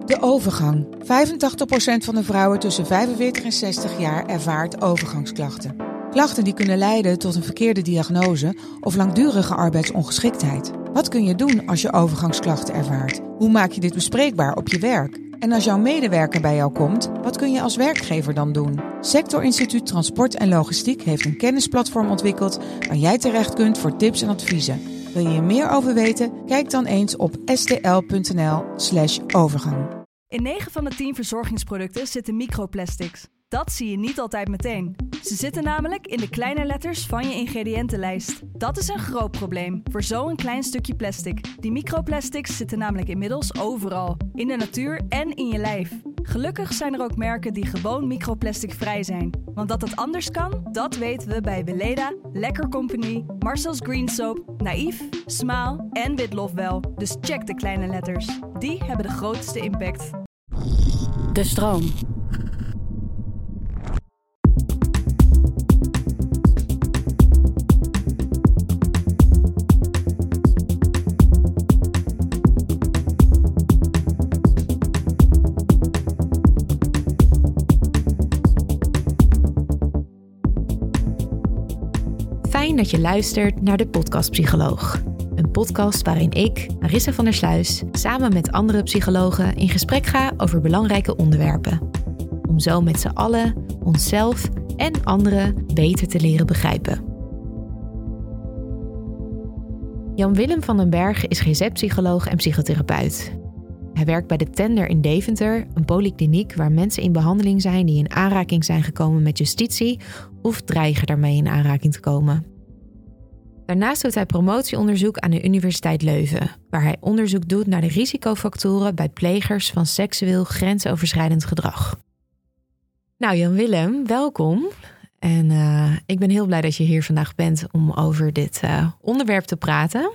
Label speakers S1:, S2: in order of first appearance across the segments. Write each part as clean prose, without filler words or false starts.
S1: De overgang. 85% van de vrouwen tussen 45 en 60 jaar ervaart overgangsklachten. Klachten die kunnen leiden tot een verkeerde diagnose of langdurige arbeidsongeschiktheid. Wat kun je doen als je overgangsklachten ervaart? Hoe maak je dit bespreekbaar op je werk? En als jouw medewerker bij jou komt, wat kun je als werkgever dan doen? Sectorinstituut Transport en Logistiek heeft een kennisplatform ontwikkeld waar jij terecht kunt voor tips en adviezen. Wil je er meer over weten? Kijk dan eens op stl.nl/overgang.
S2: In 9 van de 10 verzorgingsproducten zitten microplastics. Dat zie je niet altijd meteen. Ze zitten namelijk in de kleine letters van je ingrediëntenlijst. Dat is een groot probleem voor zo'n klein stukje plastic. Die microplastics zitten namelijk inmiddels overal. In de natuur en in je lijf. Gelukkig zijn er ook merken die gewoon microplasticvrij zijn. Want dat het anders kan, dat weten we bij Weleda, Lekker Company, Marcel's Green Soap, Naïef, Smaal en Witlof wel. Dus check de kleine letters. Die hebben de grootste impact.
S3: De stroom.
S4: Fijn dat je luistert naar de Podcast Psycholoog. Een podcast waarin ik, Marissa van der Sluis, samen met andere psychologen in gesprek ga over belangrijke onderwerpen. Om zo met z'n allen, onszelf en anderen beter te leren begrijpen. Jan-Willem van den Berg is GZ-psycholoog en psychotherapeut. Hij werkt bij de Tender in Deventer, een polykliniek waar mensen in behandeling zijn die in aanraking zijn gekomen met justitie of dreigen daarmee in aanraking te komen. Daarnaast doet hij promotieonderzoek aan de Universiteit Leuven, waar hij onderzoek doet naar de risicofactoren bij plegers van seksueel grensoverschrijdend gedrag. Nou Jan-Willem, welkom. En ik ben heel blij dat je hier vandaag bent om over dit onderwerp te praten.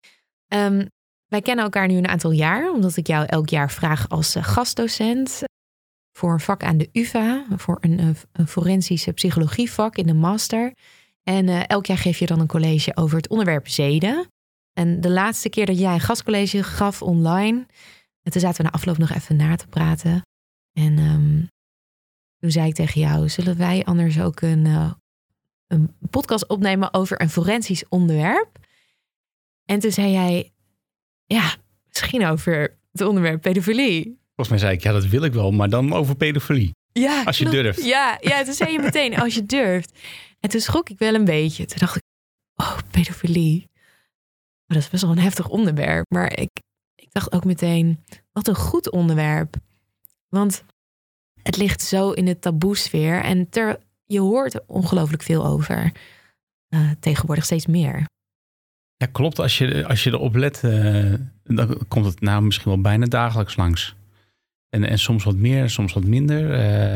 S4: Wij kennen elkaar nu een aantal jaar, omdat ik jou elk jaar vraag als gastdocent voor een vak aan de UvA, voor een forensische psychologievak in de master. En elk jaar geef je dan een college over het onderwerp zeden. En de laatste keer dat jij een gastcollege gaf online, en toen zaten we na afloop nog even na te praten. En toen zei ik tegen jou, zullen wij anders ook een podcast opnemen over een forensisch onderwerp? En toen zei jij, ja, misschien over het onderwerp pedofilie.
S5: Volgens mij zei ik, ja, dat wil ik wel, maar dan over pedofilie. Ja, als je durft.
S4: Ja, toen zei je meteen, als je durft. En toen schrok ik wel een beetje. Toen dacht ik, oh, pedofilie. Maar dat is best wel een heftig onderwerp. Maar ik dacht ook meteen, wat een goed onderwerp. Want het ligt zo in de taboesfeer. En je hoort er ongelooflijk veel over. Tegenwoordig steeds meer.
S5: Ja, klopt. Als je erop let, dan komt het nou misschien wel bijna dagelijks langs. En soms wat meer, soms wat minder.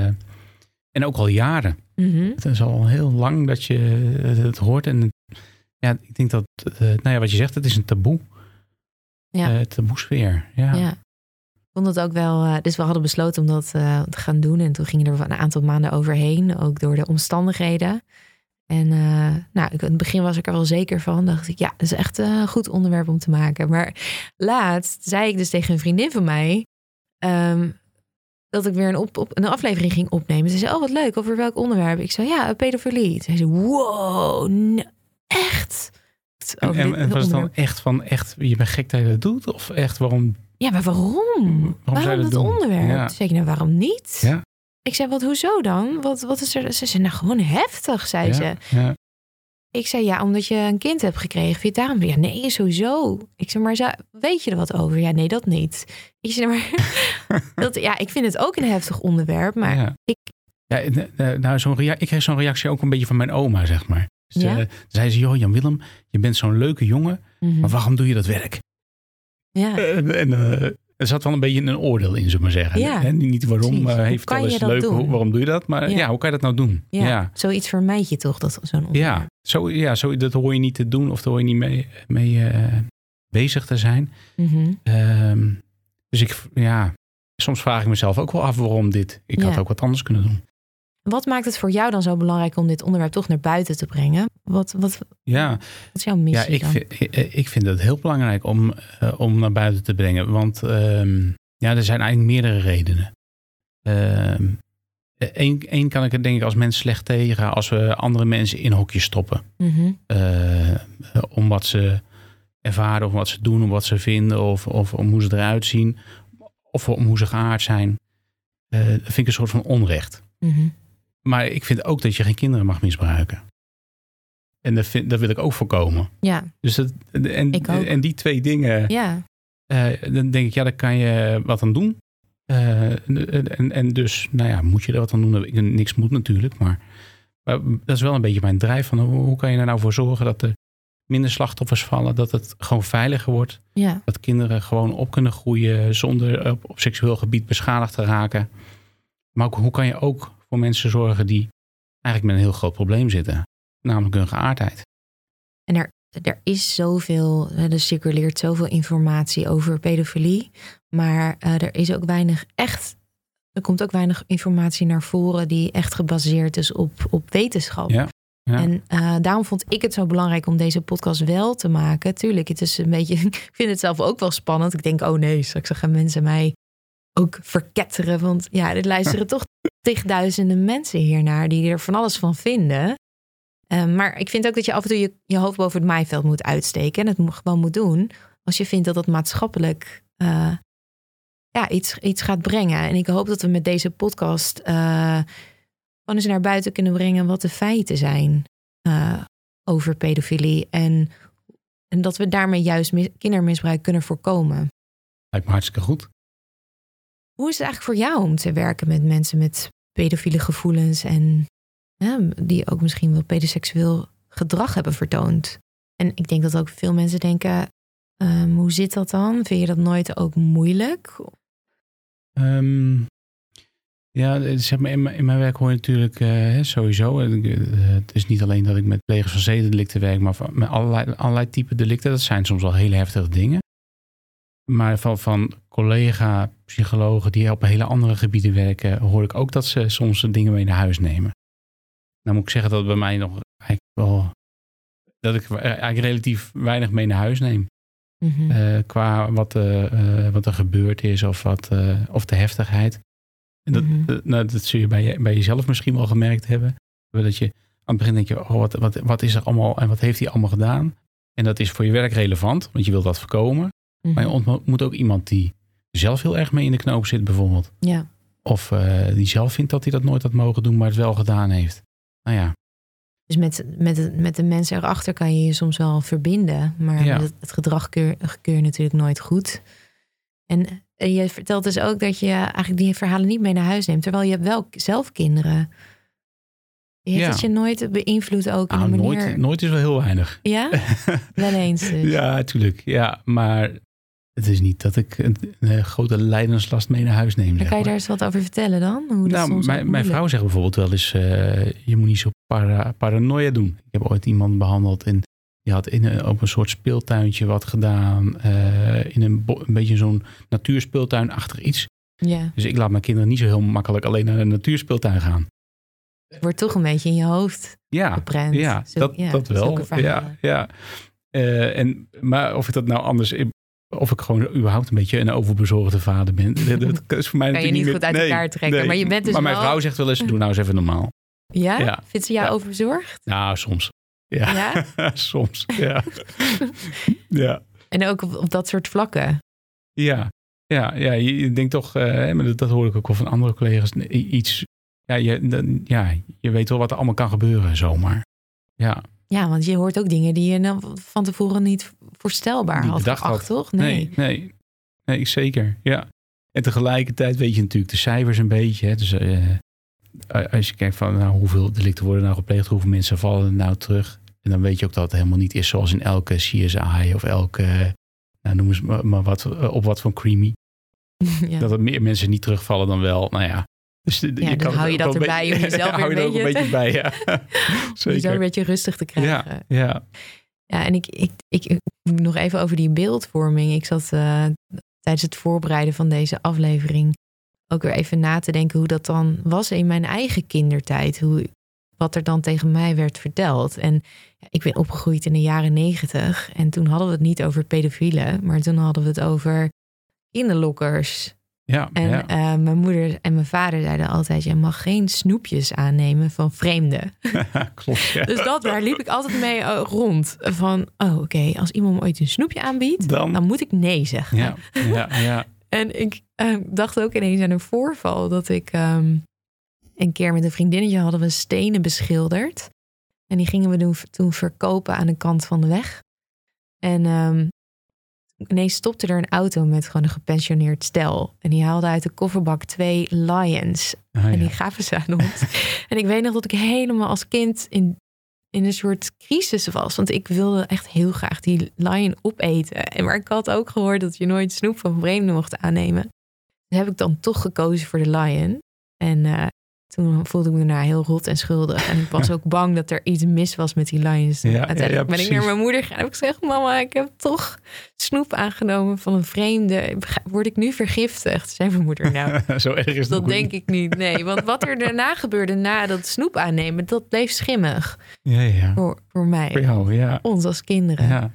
S5: En ook al jaren. Mm-hmm. Het is al heel lang dat je het hoort. En ja, ik denk dat, wat je zegt, het is een taboe. Ja. Taboesfeer, ja.
S4: Ik vond het ook wel, dus we hadden besloten om dat te gaan doen. En toen gingen er een aantal maanden overheen, ook door de omstandigheden. En in het begin was ik er wel zeker van. Dacht ik, ja, dat is echt een goed onderwerp om te maken. Maar laatst zei ik dus tegen een vriendin van mij dat ik weer een aflevering ging opnemen. Ze zei, oh wat leuk, over welk onderwerp? Ik zei, ja, pedofilie. Ze zei, wow, echt?
S5: En was het dan echt, je bent gek dat je dat doet? Of echt, waarom?
S4: Ja, maar waarom? Waarom dat onderwerp?
S5: Ja.
S4: Toen zei ik, nou, waarom niet?
S5: Ja.
S4: Ik zei, hoezo dan? Wat is er? Ze zei, nou, gewoon heftig, zei ze.
S5: Ja.
S4: Ik zei, ja, omdat je een kind hebt gekregen. Vind je het daarom? Ja, nee, sowieso. Ik zei, maar weet je er wat over? Ja, nee, dat niet. Ik zei, maar ik vind het ook een heftig onderwerp, maar
S5: ik kreeg zo'n reactie ook een beetje van mijn oma, zeg maar. Dus, zei ze, joh, Jan-Willem, je bent zo'n leuke jongen, maar waarom doe je dat werk?
S4: Ja.
S5: Er zat wel een beetje een oordeel in, zullen we maar zeggen.
S4: Ja.
S5: En niet waarom, heeft wel eens leuk, waarom doe je dat? Maar hoe kan je dat nou doen?
S4: Ja. Zoiets vermijd je toch, zo'n onderwerp?
S5: Zo, dat hoor je niet te doen of daar hoor je niet mee bezig te zijn. Mm-hmm. Dus soms vraag ik mezelf ook wel af waarom dit. Ik had ook wat anders kunnen doen.
S4: Wat maakt het voor jou dan zo belangrijk om dit onderwerp toch naar buiten te brengen? Wat is jouw missie dan?
S5: Ik vind het heel belangrijk om naar buiten te brengen. Want Ja, er zijn eigenlijk meerdere redenen. Eén kan ik er denk ik als mens slecht tegen als we andere mensen in hokjes stoppen.
S4: Mm-hmm.
S5: Om wat ze ervaren of wat ze doen, om wat ze vinden of om hoe ze eruit zien. Of om hoe ze geaard zijn. Dat vind ik een soort van onrecht.
S4: Mm-hmm.
S5: Maar ik vind ook dat je geen kinderen mag misbruiken. En dat wil ik ook voorkomen.
S4: Ja.
S5: Dus
S4: ik ook.
S5: En die twee dingen,
S4: Ja.
S5: Dan denk ik, daar kan je wat aan doen. En dus, moet je er wat aan doen? Niks moet natuurlijk, maar dat is wel een beetje mijn drijf van hoe kan je er nou voor zorgen dat er minder slachtoffers vallen, dat het gewoon veiliger wordt.
S4: Ja.
S5: Dat kinderen gewoon op kunnen groeien zonder op seksueel gebied beschadigd te raken. Maar ook, hoe kan je ook voor mensen zorgen die eigenlijk met een heel groot probleem zitten, namelijk hun geaardheid.
S4: En er is zoveel, er circuleert zoveel informatie over pedofilie, maar er is ook er komt ook weinig informatie naar voren die echt gebaseerd is op wetenschap.
S5: Ja.
S4: En daarom vond ik het zo belangrijk om deze podcast wel te maken. Tuurlijk, het is een beetje, ik vind het zelf ook wel spannend. Ik denk, straks gaan mensen mij ook verketteren, want ja, dit luisteren toch tigduizenden mensen hiernaar die er van alles van vinden. Maar ik vind ook dat je af en toe je hoofd boven het maaiveld moet uitsteken. En het gewoon moet doen als je vindt dat het maatschappelijk iets gaat brengen. En ik hoop dat we met deze podcast gewoon eens naar buiten kunnen brengen wat de feiten zijn over pedofilie. En dat we daarmee juist kindermisbruik kunnen voorkomen.
S5: Lijkt me hartstikke goed.
S4: Hoe is het eigenlijk voor jou om te werken met mensen met pedofiele gevoelens en die ook misschien wel pedoseksueel gedrag hebben vertoond? En ik denk dat ook veel mensen denken, hoe zit dat dan? Vind je dat nooit ook moeilijk?
S5: Zeg maar, in mijn werk hoor je natuurlijk sowieso. Het is niet alleen dat ik met plegers van zedendelicten werk, maar met allerlei type delicten. Dat zijn soms wel hele heftige dingen. Maar van collega-psychologen die op hele andere gebieden werken, hoor ik ook dat ze soms dingen mee naar huis nemen. Nou moet ik zeggen dat bij mij nog dat ik eigenlijk relatief weinig mee naar huis neem.
S4: Mm-hmm.
S5: Qua wat er gebeurd is of de heftigheid. En dat zul je bij jezelf misschien wel gemerkt hebben. Dat je aan het begin denk je, wat is er allemaal en wat heeft hij allemaal gedaan? En dat is voor je werk relevant, want je wilt dat voorkomen.
S4: Mm-hmm.
S5: Maar je ontmoet ook iemand die zelf heel erg mee in de knoop zit bijvoorbeeld.
S4: Ja.
S5: Of die zelf vindt dat hij dat nooit had mogen doen, maar het wel gedaan heeft. Nou ja.
S4: Dus met de mensen erachter kan je je soms wel verbinden. Maar met het gedrag keur je natuurlijk nooit goed. En je vertelt dus ook dat je eigenlijk die verhalen niet mee naar huis neemt. Terwijl je hebt wel zelf kinderen. Heeft het je nooit beïnvloed ook in de manier?
S5: Nooit is wel heel weinig.
S4: Ja? Wel eens dus.
S5: Ja, natuurlijk. Ja, maar het is niet dat ik een grote lijdenslast mee naar huis neem.
S4: Dan kan je daar eens wat over vertellen dan? Hoe dat soms
S5: mijn vrouw zegt bijvoorbeeld wel eens, je moet niet zo paranoia doen. Ik heb ooit iemand behandeld en die had op een soort speeltuintje wat gedaan. In een beetje zo'n natuurspeeltuinachtig iets.
S4: Ja.
S5: Dus ik laat mijn kinderen niet zo heel makkelijk alleen naar een natuurspeeltuin gaan.
S4: Het wordt toch een beetje in je hoofd geprent.
S5: Ja, dat wel. Ja. Maar of ik dat nou anders... Of ik gewoon überhaupt een beetje een overbezorgde vader ben. Dat is voor mij
S4: kan je niet goed uit elkaar trekken. Nee. Maar je bent dus
S5: maar mijn vrouw zegt wel eens, doe nou eens even normaal.
S4: Ja? Vindt ze jou overbezorgd?
S5: Nou, soms. Ja? Soms, ja. Ja.
S4: En ook op dat soort vlakken?
S5: Ja, je denkt toch, maar dat hoor ik ook wel van andere collega's, iets... je weet wel wat er allemaal kan gebeuren, zomaar. Ja.
S4: Ja, want je hoort ook dingen die je van tevoren niet voorstelbaar had geacht, toch?
S5: Nee, zeker. Ja. En tegelijkertijd weet je natuurlijk de cijfers een beetje. Hè. Dus als je kijkt van hoeveel delicten worden nou gepleegd, hoeveel mensen vallen er nou terug. En dan weet je ook dat het helemaal niet is zoals in elke CSI of elke, noem eens maar wat van creamy. Ja. Dat er meer mensen niet terugvallen dan wel. Nou ja. Dus
S4: dan hou je dat erbij om jezelf weer een beetje bij. Ja. Om jezelf een beetje rustig te krijgen.
S5: Ja,
S4: en ik nog even over die beeldvorming. Ik zat tijdens het voorbereiden van deze aflevering ook weer even na te denken hoe dat dan was in mijn eigen kindertijd. Wat er dan tegen mij werd verteld. En ik ben opgegroeid in de jaren 90. En toen hadden we het niet over pedofielen. Maar toen hadden we het over kinderlokkers.
S5: Ja,
S4: En mijn moeder en mijn vader zeiden altijd... je mag geen snoepjes aannemen van vreemden.
S5: Klopt, ja.
S4: Dus daar liep ik altijd mee rond. Van, oké, als iemand me ooit een snoepje aanbiedt... dan moet ik nee zeggen.
S5: Ja.
S4: En ik dacht ook ineens aan een voorval... dat ik een keer met een vriendinnetje hadden we stenen beschilderd. En die gingen we toen verkopen aan de kant van de weg. En ineens stopte er een auto met gewoon een gepensioneerd stel. En die haalde uit de kofferbak 2 lions. En die gaven ze aan ons. En ik weet nog dat ik helemaal als kind in een soort crisis was. Want ik wilde echt heel graag die lion opeten. Maar ik had ook gehoord dat je nooit snoep van vreemden mocht aannemen. Dus heb ik dan toch gekozen voor de lion. En toen voelde ik me daarna heel rot en schuldig. En ik was ook bang dat er iets mis was met die lions. Uiteindelijk ben ik naar mijn moeder gegaan en heb ik gezegd... mama, ik heb toch snoep aangenomen van een vreemde. Word ik nu vergiftigd? Zei mijn moeder, nou,
S5: zo erg is
S4: dat denk ik niet. Nee, want wat er daarna gebeurde na dat snoep aannemen... dat bleef schimmig.
S5: Ja.
S4: Voor mij.
S5: Voor jou, ja.
S4: Ons als kinderen.
S5: Ja.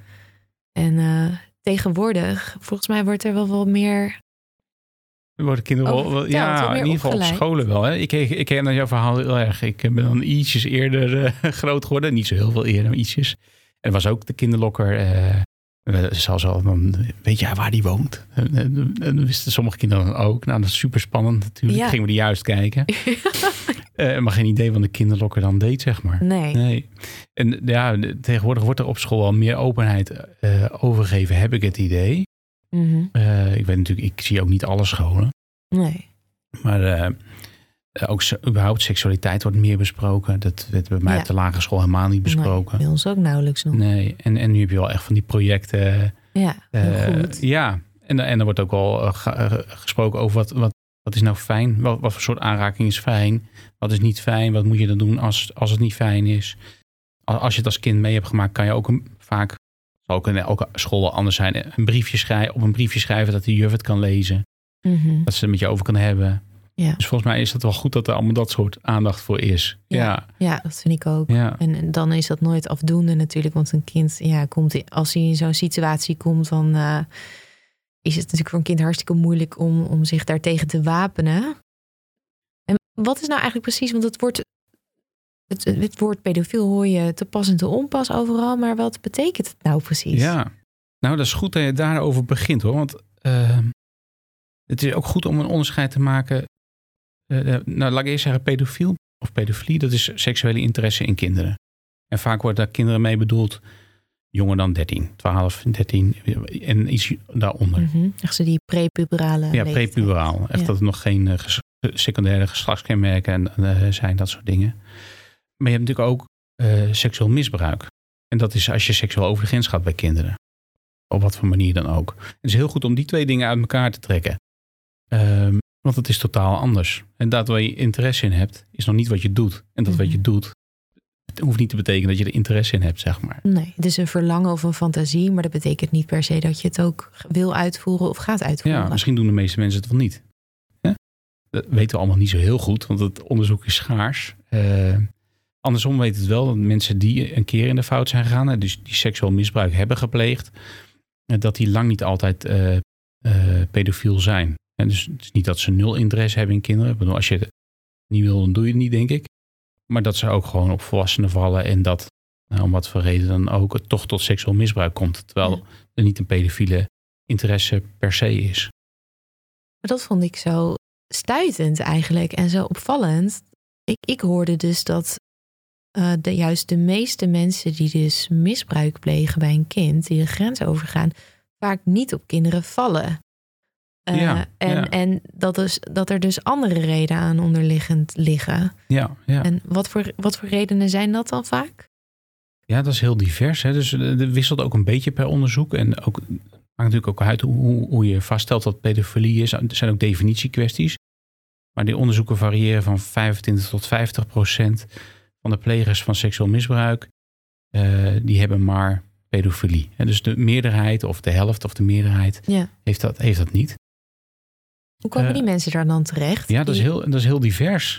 S4: En tegenwoordig, volgens mij wordt er wel meer...
S5: Worden kinderen in ieder geval op scholen wel. Hè? Ik ken jouw verhaal heel erg. Ik ben dan ietsjes eerder groot geworden. Niet zo heel veel eerder, maar ietsjes. En was ook de kinderlokker. Zelfs al, dan weet je waar die woont. En wisten sommige kinderen dan ook. Nou, dat is super spannend natuurlijk. Ja. Gingen we die juist kijken. Maar geen idee wat de kinderlokker dan deed, zeg maar. Nee. En ja, tegenwoordig wordt er op school al meer openheid overgegeven, heb ik het idee.
S4: Mm-hmm.
S5: Ik weet natuurlijk, ik zie ook niet alle scholen.
S4: Nee.
S5: Maar ook überhaupt seksualiteit wordt meer besproken. Dat werd bij mij op de lagere school helemaal niet besproken.
S4: Nee, bij ons ook nauwelijks nog.
S5: Nee, en nu heb je wel echt van die projecten.
S4: Ja, heel goed.
S5: Ja, en er wordt ook wel gesproken over wat is nou fijn? Wat voor soort aanraking is fijn? Wat is niet fijn? Wat moet je dan doen als het niet fijn is? Als je het als kind mee hebt gemaakt, kan je ook vaak... zal ook in elke school wel anders zijn. Op een briefje schrijven dat de juf het kan lezen.
S4: Mm-hmm.
S5: Dat ze het met je over kan hebben.
S4: Ja.
S5: Dus volgens mij is het wel goed dat er allemaal dat soort aandacht voor is. Ja,
S4: dat vind ik ook. Ja. En dan is dat nooit afdoende natuurlijk. Want een kind, als hij in zo'n situatie komt... dan is het natuurlijk voor een kind hartstikke moeilijk... om zich daartegen te wapenen. En wat is nou eigenlijk precies... want het woord pedofiel hoor je te pas en te onpas overal. Maar wat betekent het nou precies?
S5: Ja, nou dat is goed dat je daarover begint hoor. Want het is ook goed om een onderscheid te maken. Laat ik eerst zeggen pedofiel of pedofilie. Dat is seksuele interesse in kinderen. En vaak wordt daar kinderen mee bedoeld. Jonger dan 13, 12, 13 en iets daaronder.
S4: Mm-hmm. Echt die prepuberale leeftijd.
S5: Prepuberaal. Echt dat er nog geen secundaire geslachtskenmerken zijn. Dat soort dingen. Maar je hebt natuurlijk ook seksueel misbruik. En dat is als je seksueel over de grens gaat bij kinderen. Op wat voor manier dan ook. Het is heel goed om die twee dingen uit elkaar te trekken. Want het is totaal anders. En dat waar je interesse in hebt, is nog niet wat je doet. En dat wat je doet, het hoeft niet te betekenen dat je er interesse in hebt, zeg maar.
S4: Nee, het is een verlangen of een fantasie. Maar dat betekent niet per se dat je het ook wil uitvoeren of gaat uitvoeren.
S5: Ja, misschien doen de meeste mensen het wel niet. Dat weten we allemaal niet zo heel goed. Want het onderzoek is schaars. Andersom weet het wel dat mensen die een keer in de fout zijn gegaan, dus die seksueel misbruik hebben gepleegd, dat die lang niet altijd pedofiel zijn. En dus het is niet dat ze 0 interesse hebben in kinderen. Ik bedoel, als je het niet wil, dan doe je het niet, denk ik. Maar dat ze ook gewoon op volwassenen vallen en dat, om wat voor reden dan ook, het toch tot seksueel misbruik komt. Terwijl er niet een pedofiele interesse per se is.
S4: Maar dat vond ik zo stuitend eigenlijk en zo opvallend. Ik hoorde dus dat juist de meeste mensen die dus misbruik plegen bij een kind, die de grens overgaan, vaak niet op kinderen vallen. En dat er dus andere redenen aan onderliggend liggen.
S5: Ja.
S4: En wat voor redenen zijn dat dan vaak?
S5: Ja, dat is heel divers. Hè? Dus het wisselt ook een beetje per onderzoek. En ook maakt natuurlijk ook uit hoe je vaststelt wat pedofilie is. Er zijn ook definitiekwesties. Maar die onderzoeken variëren van 25 tot 50% van de plegers van seksueel misbruik. Die hebben maar pedofilie. En dus de meerderheid of de helft of de meerderheid heeft dat niet.
S4: Hoe komen die mensen daar dan terecht?
S5: Ja, dat is heel divers.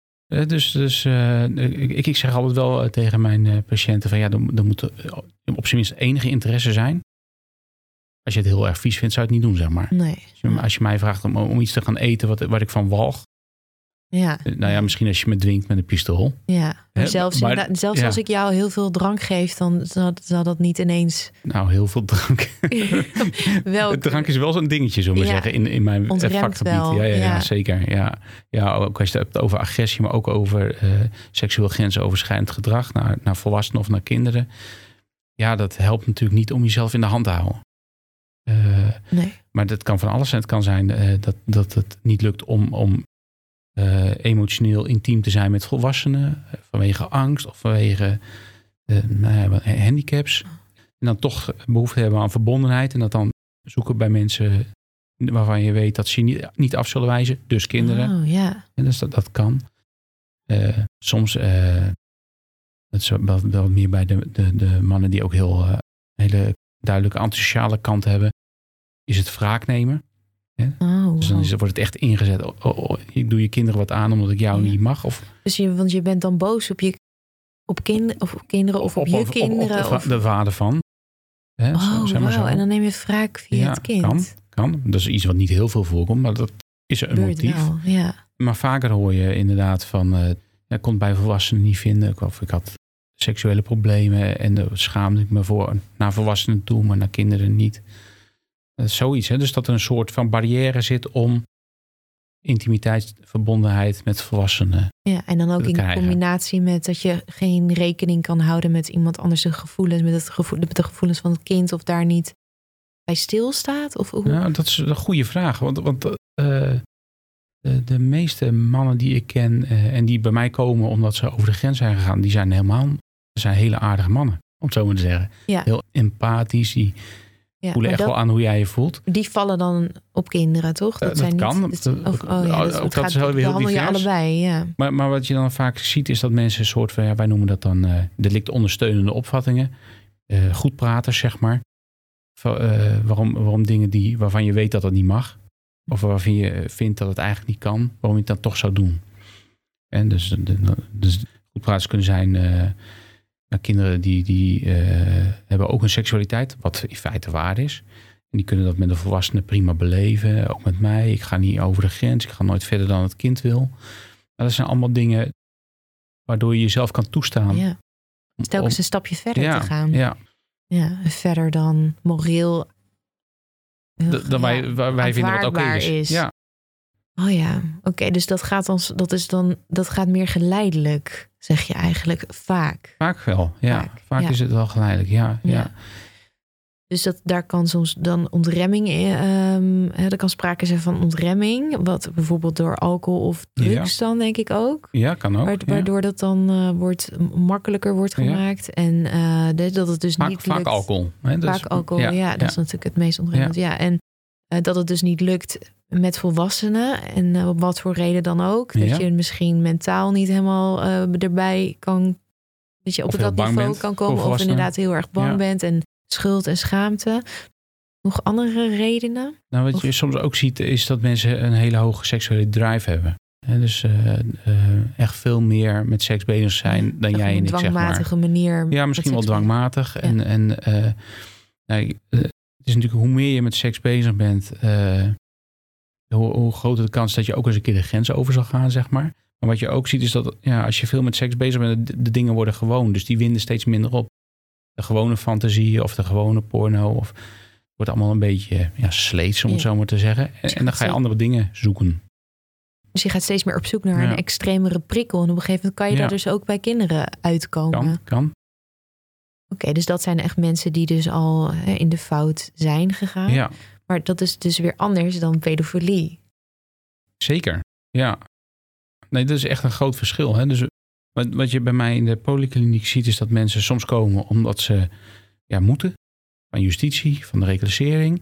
S5: Ik zeg altijd wel tegen mijn patiënten van er moet op zijn minst enige interesse zijn. Als je het heel erg vies vindt, zou je het niet doen, zeg maar.
S4: Nee.
S5: Als je mij vraagt om iets te gaan eten wat ik van walg.
S4: Ja.
S5: Nou ja, misschien als je me dwingt met een pistool.
S4: Ja, maar zelfs als ik jou heel veel drank geef, dan zal dat niet ineens...
S5: Nou, heel veel drank. Drank is wel zo'n dingetje, zullen we zeggen, in mijn vakgebied. Ja, zeker. Ja, ook als je het hebt over agressie, maar ook over seksueel grensoverschrijdend gedrag naar volwassenen of naar kinderen. Ja, dat helpt natuurlijk niet om jezelf in de hand te houden.
S4: Nee.
S5: Maar dat kan van alles zijn. Het kan zijn dat het niet lukt om emotioneel intiem te zijn met volwassenen. Vanwege angst of vanwege handicaps. En dan toch behoefte hebben aan verbondenheid. En dat dan zoeken bij mensen waarvan je weet dat ze je niet af zullen wijzen. Dus kinderen.
S4: Oh, ja.
S5: En dus dat kan. Soms, dat is wel meer bij de mannen die ook hele duidelijke antisociale kant hebben. Is het wraak nemen. Dus dan wordt het echt ingezet. Ik doe je kinderen wat aan omdat ik jou niet mag.
S4: Dus want je bent dan boos op kinderen of op je kinderen?
S5: Op de vader van.
S4: Zeg maar zo. En dan neem je wraak via het kind.
S5: Kan. Dat is iets wat niet heel veel voorkomt, maar dat is een motief. Wel,
S4: ja.
S5: Maar vaker hoor je inderdaad van... kon bij volwassenen niet vinden. Of ik had seksuele problemen en daar schaamde ik me voor naar volwassenen toe, maar naar kinderen niet. Zoiets, hè? Dus dat er een soort van barrière zit om intimiteit, verbondenheid met volwassenen. Ja,
S4: en dan ook in combinatie met dat je geen rekening kan houden met iemand anders' gevoelens, met de gevoelens van het kind, of daar niet bij stilstaat? Of hoe?
S5: Nou, dat is een goede vraag. Want de meeste mannen die ik ken en die bij mij komen omdat ze over de grens zijn gegaan, die zijn zijn hele aardige mannen, om het zo maar te zeggen. Ja. Heel empathisch, die voelen echt wel aan hoe jij je voelt.
S4: Die vallen dan op kinderen, toch?
S5: Dat zijn kan.
S4: Niet, ook dat is heel divers. Je allebei, ja.
S5: Maar wat je dan vaak ziet is dat mensen een soort van, wij noemen dat dan delict ondersteunende opvattingen. Goedpraters, zeg maar. Waarom dingen waarvan je weet dat het niet mag. Of waarvan je vindt dat het eigenlijk niet kan. Waarom je het dan toch zou doen. En dus goedpraters kunnen zijn... kinderen die hebben ook een seksualiteit, wat in feite waar is. En die kunnen dat met een volwassene prima beleven. Ook met mij. Ik ga niet over de grens. Ik ga nooit verder dan het kind wil. Maar dat zijn allemaal dingen waardoor je jezelf kan toestaan.
S4: Ja. Telkens een stapje verder te gaan.
S5: Ja,
S4: verder dan moreel.
S5: Dan wij vinden wat oké is. Ja.
S4: Oh ja, oké. Dus dat gaat meer geleidelijk, zeg je eigenlijk, vaak.
S5: Vaak wel, ja. Vaak is het wel geleidelijk, ja.
S4: Dus daar kan soms dan ontremming in. Er kan sprake zijn van ontremming. Wat bijvoorbeeld door alcohol of drugs dan, denk ik ook.
S5: Ja, kan ook.
S4: Waardoor dat dan makkelijker wordt gemaakt. En dat het dus niet lukt.
S5: Vaak alcohol. Hè?
S4: Vaak alcohol, dat is natuurlijk het meest ontremmend. Ja. En dat het dus niet lukt met volwassenen. En op wat voor reden dan ook. Dat je misschien mentaal niet helemaal erbij kan. Dat je op dat niveau kan komen. Of inderdaad heel erg bang bent. En schuld en schaamte. Nog andere redenen?
S5: Nou, wat je soms ook ziet is dat mensen een hele hoge seksuele drive hebben. En dus echt veel meer met seks bezig zijn dan jij en ik, zeg maar.
S4: Op een dwangmatige manier.
S5: Ja, misschien wel dwangmatig. Ja. Het is natuurlijk hoe meer je met seks bezig bent, hoe groter de kans dat je ook eens een keer de grens over zal gaan, zeg maar. Maar wat je ook ziet is dat als je veel met seks bezig bent, de dingen worden gewoon. Dus die winden steeds minder op. De gewone fantasie of de gewone porno. Of wordt allemaal een beetje sleets, om het zo maar te zeggen. En dan ga je andere dingen zoeken.
S4: Dus je gaat steeds meer op zoek naar een extremere prikkel. En op een gegeven moment kan je daar dus ook bij kinderen uitkomen.
S5: Kan.
S4: Oké, dus dat zijn echt mensen die dus al in de fout zijn gegaan. Ja. Maar dat is dus weer anders dan pedofilie.
S5: Zeker, ja. Nee, dat is echt een groot verschil. Hè? Dus wat je bij mij in de polykliniek ziet is dat mensen soms komen omdat ze moeten. Van justitie, van de reclassering.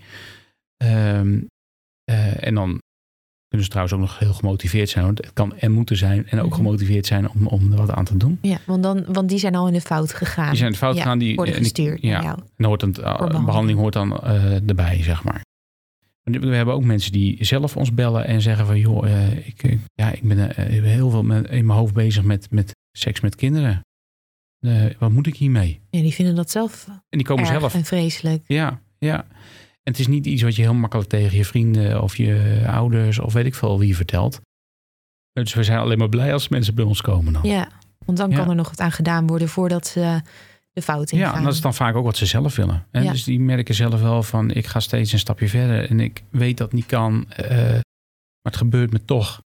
S5: En dan kunnen ze trouwens ook nog heel gemotiveerd zijn. Want het kan en moeten zijn en ook gemotiveerd zijn om er wat aan te doen.
S4: Ja, want die zijn al in de fout gegaan.
S5: Die zijn in de fout gegaan. Die
S4: worden gestuurd naar jou.
S5: En behandeling hoort dan erbij, zeg maar. We hebben ook mensen die zelf ons bellen en zeggen van ik ben heel veel in mijn hoofd bezig met seks met kinderen. Wat moet ik hiermee?
S4: Ja, die vinden dat zelf
S5: en die komen zelf
S4: en vreselijk.
S5: Ja. En het is niet iets wat je heel makkelijk tegen je vrienden of je ouders of weet ik veel wie vertelt. Dus we zijn alleen maar blij als mensen bij ons komen dan.
S4: Ja, want dan kan er nog wat aan gedaan worden voordat ze de fout ingaan.
S5: Ja, en dat is dan vaak ook wat ze zelf willen. Hè? Ja. Dus die merken zelf wel van, ik ga steeds een stapje verder. En ik weet dat het niet kan, maar het gebeurt me toch.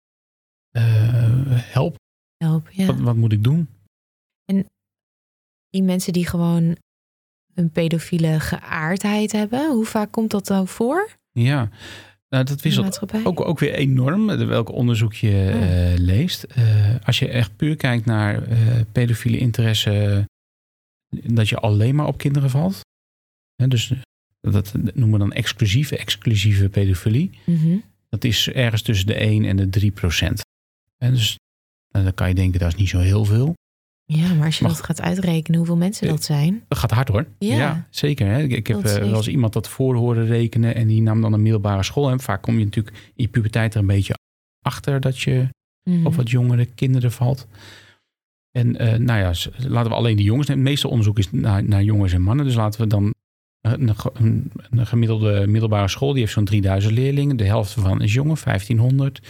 S5: Help, ja. Wat moet ik doen?
S4: En die mensen die gewoon een pedofiele geaardheid hebben, hoe vaak komt dat dan voor?
S5: Ja, nou, dat wisselt ook weer enorm, welk onderzoek je leest. Als je echt puur kijkt naar pedofiele interesse, dat je alleen maar op kinderen valt. Dus dat noemen we dan exclusieve pedofilie. Mm-hmm. Dat is ergens tussen de 1 en de 3%. En dus dan kan je denken, dat is niet zo heel veel.
S4: Ja, maar als je dat gaat uitrekenen, hoeveel mensen dat zijn.
S5: Dat gaat hard hoor. Ja zeker. Hè? Ik heb wel eens iemand dat voor horen rekenen. En die nam dan een middelbare school. En vaak kom je natuurlijk in je puberteit er een beetje achter dat je op wat jongere kinderen valt. En laten we alleen de jongens nemen. Het meeste onderzoek is naar jongens en mannen. Dus laten we dan een gemiddelde middelbare school. Die heeft zo'n 3000 leerlingen. De helft van is jongen, 1500.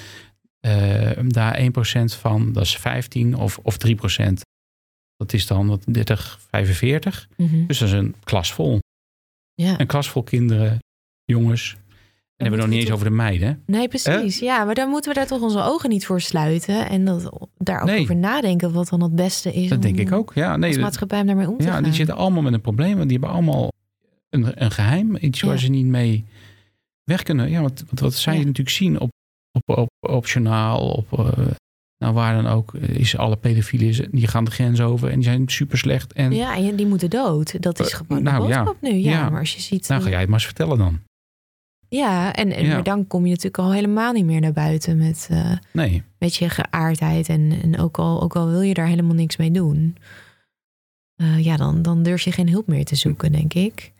S5: Daar 1% van, dat is 15 of 3%. Dat is dan 30, 45. Mm-hmm. Dus dat is een klas vol. Ja. Een klas vol kinderen, jongens. En hebben we nog niet eens over de meiden.
S4: Nee, precies. Ja, maar dan moeten we daar toch onze ogen niet voor sluiten. En daar ook over nadenken wat dan het beste is.
S5: Dat denk ik ook. Ja,
S4: als maatschappij daarmee om te gaan.
S5: Ja, die zitten allemaal met een probleem. Want die hebben allemaal een geheim. Iets waar ze niet mee weg kunnen. Ja, wat zij natuurlijk zien op journaal, waar dan ook, is alle pedofielen, die gaan de grens over en die zijn super slecht. En
S4: die moeten dood. Dat is gewoon de boodschap nu. Ja, maar als je ziet...
S5: Nou, ga jij het maar eens vertellen dan.
S4: Ja, maar dan kom je natuurlijk al helemaal niet meer naar buiten met je geaardheid. En ook al wil je daar helemaal niks mee doen. Dan durf je geen hulp meer te zoeken, denk ik.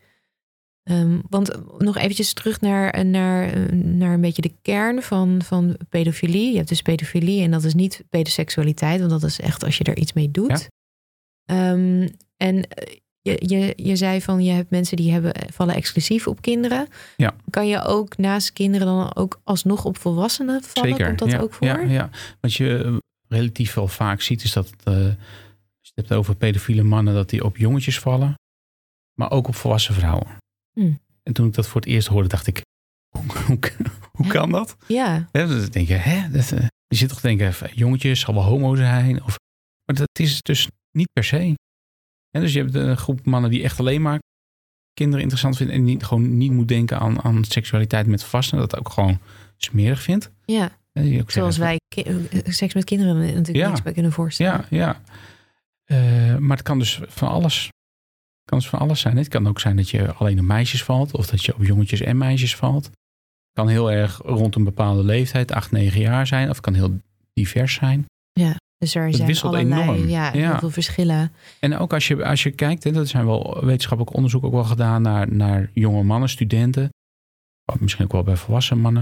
S4: Want nog eventjes terug naar een beetje de kern van pedofilie. Je hebt dus pedofilie en dat is niet pedoseksualiteit, want dat is echt als je er iets mee doet. Ja. En je zei van je hebt mensen die vallen exclusief op kinderen. Ja. Kan je ook naast kinderen dan ook alsnog op volwassenen vallen?
S5: Zeker.
S4: Komt dat ook voor?
S5: Ja. Wat je relatief wel vaak ziet is dat als je het hebt over pedofiele mannen, dat die op jongetjes vallen, maar ook op volwassen vrouwen. En toen ik dat voor het eerst hoorde, dacht ik, hoe kan dat?
S4: Ja.
S5: Dan denk je, je zit toch te denken, jongetjes, zal wel homo zijn? Maar dat is dus niet per se. Dus je hebt een groep mannen die echt alleen maar kinderen interessant vinden en gewoon niet moet denken aan seksualiteit met volwassenen. Dat ook gewoon smerig vindt.
S4: Ja. Zoals wij seks met kinderen natuurlijk niks bij kunnen voorstellen.
S5: Ja. Maar het kan dus van alles. Zijn. Het kan ook zijn dat je alleen op meisjes valt. Of dat je op jongetjes en meisjes valt. Het kan heel erg rond een bepaalde leeftijd, 8, 9 jaar zijn. Of het kan heel divers zijn.
S4: Ja, dus er zijn allerlei heel veel verschillen.
S5: En ook als je kijkt, dat zijn wel wetenschappelijk onderzoek ook wel gedaan naar jonge mannen, studenten. Misschien ook wel bij volwassen mannen.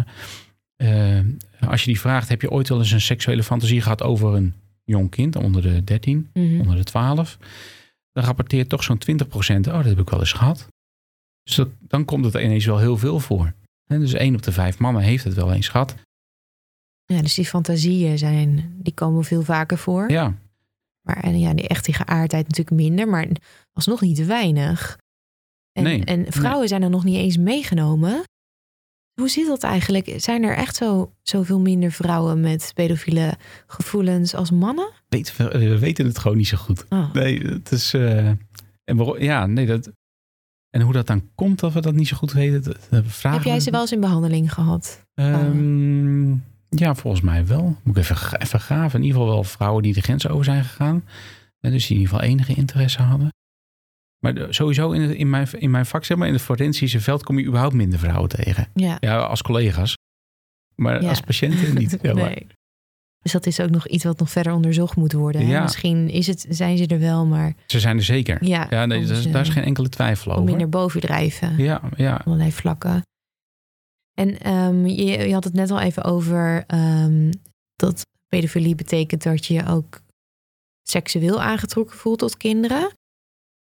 S5: Als je die vraagt, heb je ooit wel eens een seksuele fantasie gehad over een jong kind onder de 13, onder de 12? Dan rapporteert toch zo'n 20%, dat heb ik wel eens gehad. Dus dan komt het ineens wel heel veel voor. Dus 1 op de 5 mannen heeft het wel eens gehad.
S4: Ja, dus die fantasieën die komen veel vaker voor.
S5: Ja.
S4: Maar die geaardheid natuurlijk minder, maar alsnog niet weinig. En vrouwen zijn er nog niet eens meegenomen. Hoe zit dat eigenlijk? Zijn er echt zoveel minder vrouwen met pedofiele gevoelens als mannen?
S5: We weten het gewoon niet zo goed. Oh. Nee, het is... En hoe dat dan komt dat we dat niet zo goed weten.
S4: Heb jij ze wel eens in behandeling gehad?
S5: Ja, volgens mij wel. Moet ik even graven. In ieder geval wel vrouwen die de grens over zijn gegaan. En dus die in ieder geval enige interesse hadden. Maar sowieso in mijn vak, zeg maar, in het forensische veld kom je überhaupt minder vrouwen tegen. Ja, als collega's. Maar als patiënten niet. Ja,
S4: nee. Dus dat is ook nog iets wat nog verder onderzocht moet worden. Ja. Misschien zijn ze er wel, maar...
S5: Ze zijn er zeker.
S4: Ja,
S5: daar is geen enkele twijfel over.
S4: Minder bovendrijven.
S5: Ja.
S4: Allerlei vlakken. En je had het net al even over dat pedofilie betekent dat je ook seksueel aangetrokken voelt tot kinderen.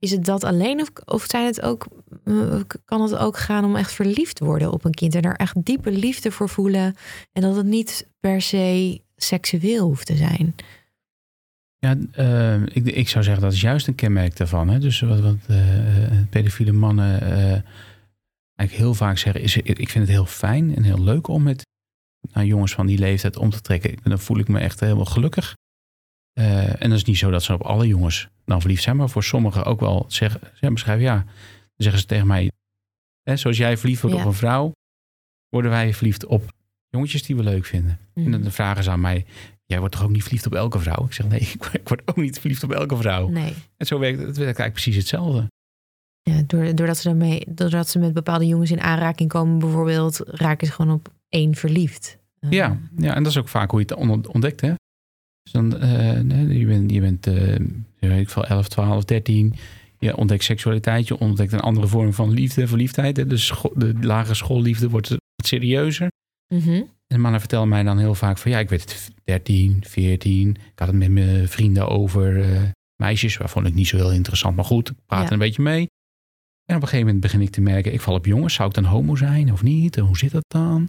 S4: Is het dat alleen of zijn het ook, kan het ook gaan om echt verliefd worden op een kind en er echt diepe liefde voor voelen en dat het niet per se seksueel hoeft te zijn?
S5: Ja, ik zou zeggen dat is juist een kenmerk daarvan. Hè? Dus wat pedofiele mannen eigenlijk heel vaak zeggen is, ik vind het heel fijn en heel leuk om met jongens van die leeftijd om te trekken. Dan voel ik me echt helemaal gelukkig. En dat is niet zo dat ze op alle jongens dan verliefd zijn, maar voor sommigen ook wel beschrijven. Dan zeggen ze tegen mij, zoals jij verliefd wordt op een vrouw, worden wij verliefd op jongetjes die we leuk vinden. En dan vragen ze aan mij, jij wordt toch ook niet verliefd op elke vrouw? Ik zeg, nee, ik word ook niet verliefd op elke vrouw. Nee. En zo werkt het eigenlijk precies hetzelfde.
S4: Ja, doordat ze met bepaalde jongens in aanraking komen bijvoorbeeld, raken ze gewoon op één verliefd.
S5: Ja, en dat is ook vaak hoe je het ontdekt, hè. Dus dan, je bent 11, 12, 13. Je ontdekt seksualiteit. Je ontdekt een andere vorm van liefde, verliefdheid. Hè. De lagere schoolliefde wordt wat serieuzer. Mm-hmm. En mannen vertellen mij dan heel vaak van, ik weet het, 13, 14. Ik had het met mijn vrienden over meisjes, waarvan ik niet zo heel interessant, maar goed, ik praat er een beetje mee. En op een gegeven moment begin ik te merken, ik val op jongens. Zou ik dan homo zijn of niet? En hoe zit dat dan?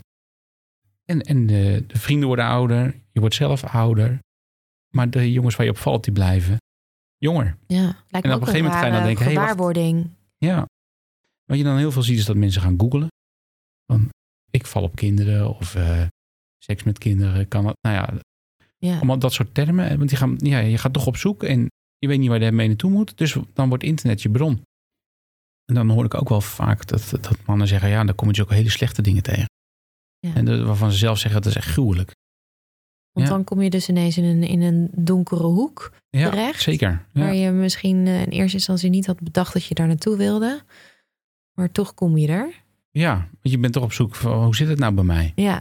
S5: En de vrienden worden ouder. Je wordt zelf ouder. Maar de jongens waar je op valt, die blijven jonger.
S4: Ja, lijkt me en op een gegeven moment ga je dan denken, gewaarwording.
S5: Wat je dan heel veel ziet is dat mensen gaan googlen. Van, ik val op kinderen of seks met kinderen. Kan dat? Allemaal dat soort termen. Want je gaat toch op zoek en je weet niet waar je ermee naartoe moet. Dus dan wordt internet je bron. En dan hoor ik ook wel vaak dat mannen zeggen, dan kom je dus ook hele slechte dingen tegen. Ja. En waarvan ze zelf zeggen, dat is echt gruwelijk.
S4: Want dan kom je dus ineens in een donkere hoek terecht.
S5: Zeker. Ja.
S4: Waar je misschien in eerste instantie niet had bedacht dat je daar naartoe wilde. Maar toch kom je er.
S5: Ja, want je bent toch op zoek van, hoe zit het nou bij mij?
S4: Ja.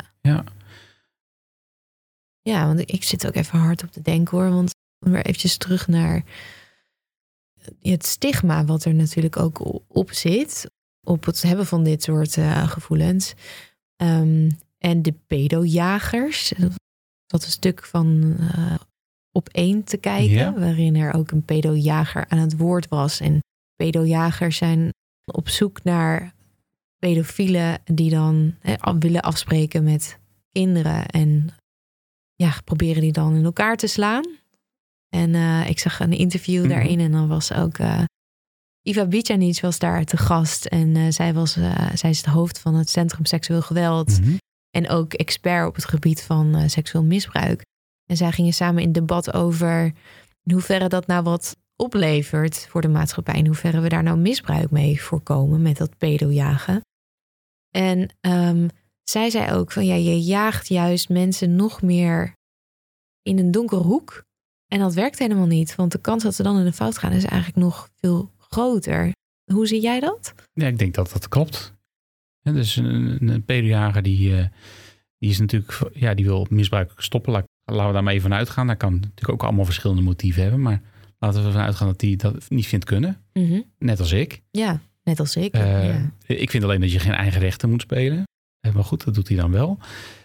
S4: Ja, want ik zit ook even hard op te denken hoor. Want weer eventjes terug naar het stigma wat er natuurlijk ook op zit. Op het hebben van dit soort gevoelens. En de pedojagers. Dat een stuk van Op 1 te kijken. Waarin er ook een pedojager aan het woord was. En pedojagers zijn op zoek naar pedofielen die dan willen afspreken met kinderen. En proberen die dan in elkaar te slaan. En ik zag een interview daarin. En dan was ook Iva Bicanic was daar te gast. En zij is het hoofd van het Centrum Seksueel Geweld. Mm-hmm. En ook expert op het gebied van seksueel misbruik. En zij gingen samen in debat over in hoeverre dat nou wat oplevert voor de maatschappij. In hoeverre we daar nou misbruik mee voorkomen met dat pedojagen. En zij zei ook van je jaagt juist mensen nog meer in een donkere hoek. En dat werkt helemaal niet. Want de kans dat ze dan in de fout gaan is eigenlijk nog veel groter. Hoe zie jij dat?
S5: Ja, ik denk dat dat klopt. Ja, dus een pedojager die is natuurlijk, die wil misbruik stoppen. Laten we daar maar even van uitgaan. Daar kan natuurlijk ook allemaal verschillende motieven hebben. Maar laten we ervan uitgaan dat hij dat niet vindt kunnen. Mm-hmm. Net als ik.
S4: Ja, net als ik.
S5: Ik vind alleen dat je geen eigen rechten moet spelen. Maar goed, dat doet hij dan wel.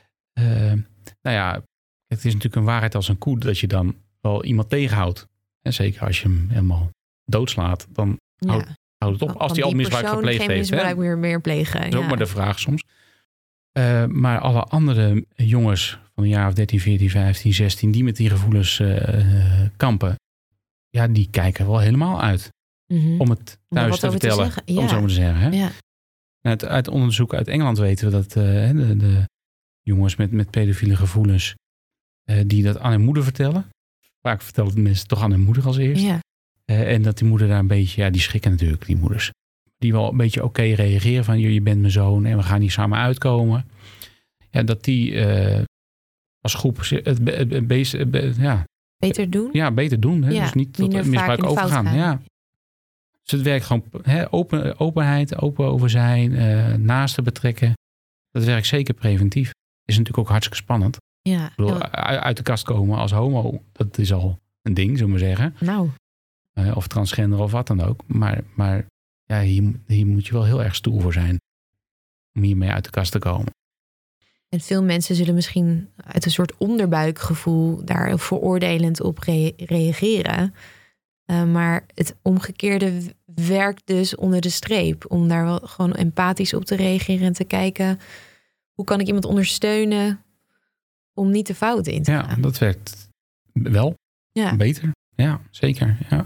S5: Het is natuurlijk een waarheid als een koe dat je dan wel iemand tegenhoudt. En zeker als je hem helemaal doodslaat, dan houdt het op. Als hij al misbruik gepleegd heeft.
S4: Geen misbruik meer plegen.
S5: Dat is ook maar de vraag soms. Maar alle andere jongens van een jaar of 13, 14, 15, 16... die met die gevoelens kampen... die kijken wel helemaal uit. Mm-hmm. Om het thuis te vertellen. Om het zo maar te zeggen. Hè? Ja. Uit onderzoek uit Engeland weten we dat de jongens met pedofiele gevoelens... die dat aan hun moeder vertellen. Vaak vertellen de mensen toch aan hun moeder als eerst. Ja. En dat die moeder daar een beetje... die schrikken natuurlijk, die moeders. Die wel een beetje oké reageren van... je bent mijn zoon en we gaan hier samen uitkomen. Ja, dat die als groep het
S4: beter doen?
S5: Ja, beter doen. Hè? Dus niet tot misbruik overgaan. Ja. Dus het werkt gewoon openheid, open over zijn, naasten betrekken. Dat werkt zeker preventief. Is natuurlijk ook hartstikke spannend. Ja. Ik bedoel, uit de kast komen als homo, dat is al een ding, zullen we zeggen.
S4: Nou.
S5: Of transgender of wat dan ook. Maar hier moet je wel heel erg stoer voor zijn om hiermee uit de kast te komen.
S4: En veel mensen zullen misschien uit een soort onderbuikgevoel daar veroordelend op reageren. Maar het omgekeerde werkt dus onder de streep. Om daar wel gewoon empathisch op te reageren en te kijken... hoe kan ik iemand ondersteunen om niet de fouten in te gaan?
S5: Ja, dat werkt wel.
S4: Ja.
S5: Beter. Ja, zeker. Ja.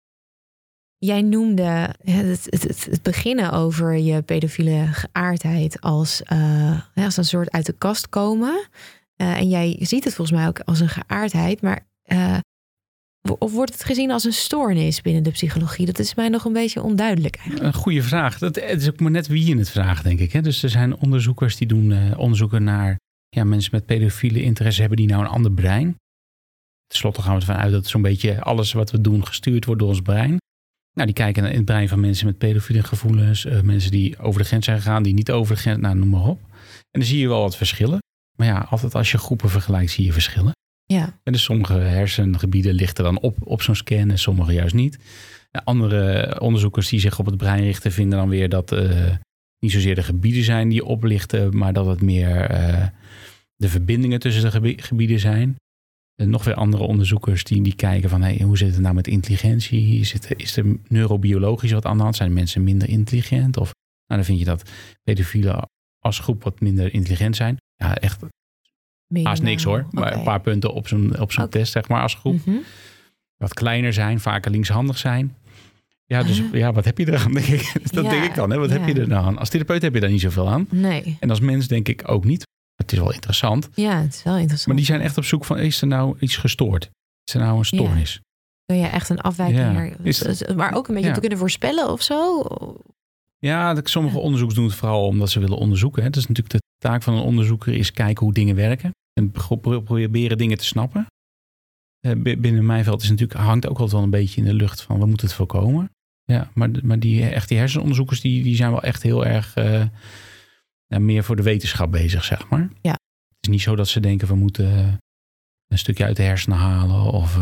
S4: Jij noemde het beginnen over je pedofiele geaardheid als een soort uit de kast komen. En jij ziet het volgens mij ook als een geaardheid. Maar of wordt het gezien als een stoornis binnen de psychologie? Dat is mij nog een beetje onduidelijk eigenlijk.
S5: Een goede vraag. Het is ook maar net wie je het vraagt, denk ik. Hè? Dus er zijn onderzoekers die doen onderzoeken naar... mensen met pedofiele interesse, hebben die nou een ander brein? Ten slotte gaan we ervan uit dat zo'n beetje alles wat we doen gestuurd wordt door ons brein. Nou, die kijken naar het brein van mensen met pedofiele gevoelens. Mensen die over de grens zijn gegaan, die niet over de grens, noem maar op. En dan zie je wel wat verschillen. Maar ja, altijd als je groepen vergelijkt, zie je verschillen.
S4: Ja.
S5: En dus sommige hersengebieden lichten dan op zo'n scan en sommige juist niet. Andere onderzoekers die zich op het brein richten, vinden dan weer dat niet zozeer de gebieden zijn die oplichten, maar dat het meer de verbindingen tussen de gebieden zijn. En nog weer andere onderzoekers die kijken van hoe zit het nou met intelligentie? Is er neurobiologisch wat aan de hand? Zijn mensen minder intelligent? Of dan vind je dat pedofielen als groep wat minder intelligent zijn. Ja, echt haast niks hoor. Maar een paar punten op zo'n test, zeg maar, als groep. Mm-hmm. Wat kleiner zijn, vaker linkshandig zijn. Ja, dus wat heb je eraan, denk ik? Dat denk ik dan. Hè? Wat heb je er nou aan? Als therapeut heb je daar niet zoveel aan.
S4: Nee.
S5: En als mens denk ik ook niet. Het is wel interessant.
S4: Ja, het is wel interessant.
S5: Maar die zijn echt op zoek van, is er nou iets gestoord? Is er nou een stoornis?
S4: Ja. Kun je echt een afwijking maar ook een beetje te kunnen voorspellen of zo?
S5: Ja, sommige onderzoekers doen het vooral omdat ze willen onderzoeken. Het is natuurlijk de taak van een onderzoeker is kijken hoe dingen werken. En proberen dingen te snappen. Binnen mijn veld hangt ook altijd wel een beetje in de lucht van we moeten het voorkomen. Ja, maar die hersenonderzoekers die zijn wel echt heel erg meer voor de wetenschap bezig, zeg maar.
S4: Ja.
S5: Het is niet zo dat ze denken we moeten een stukje uit de hersenen halen of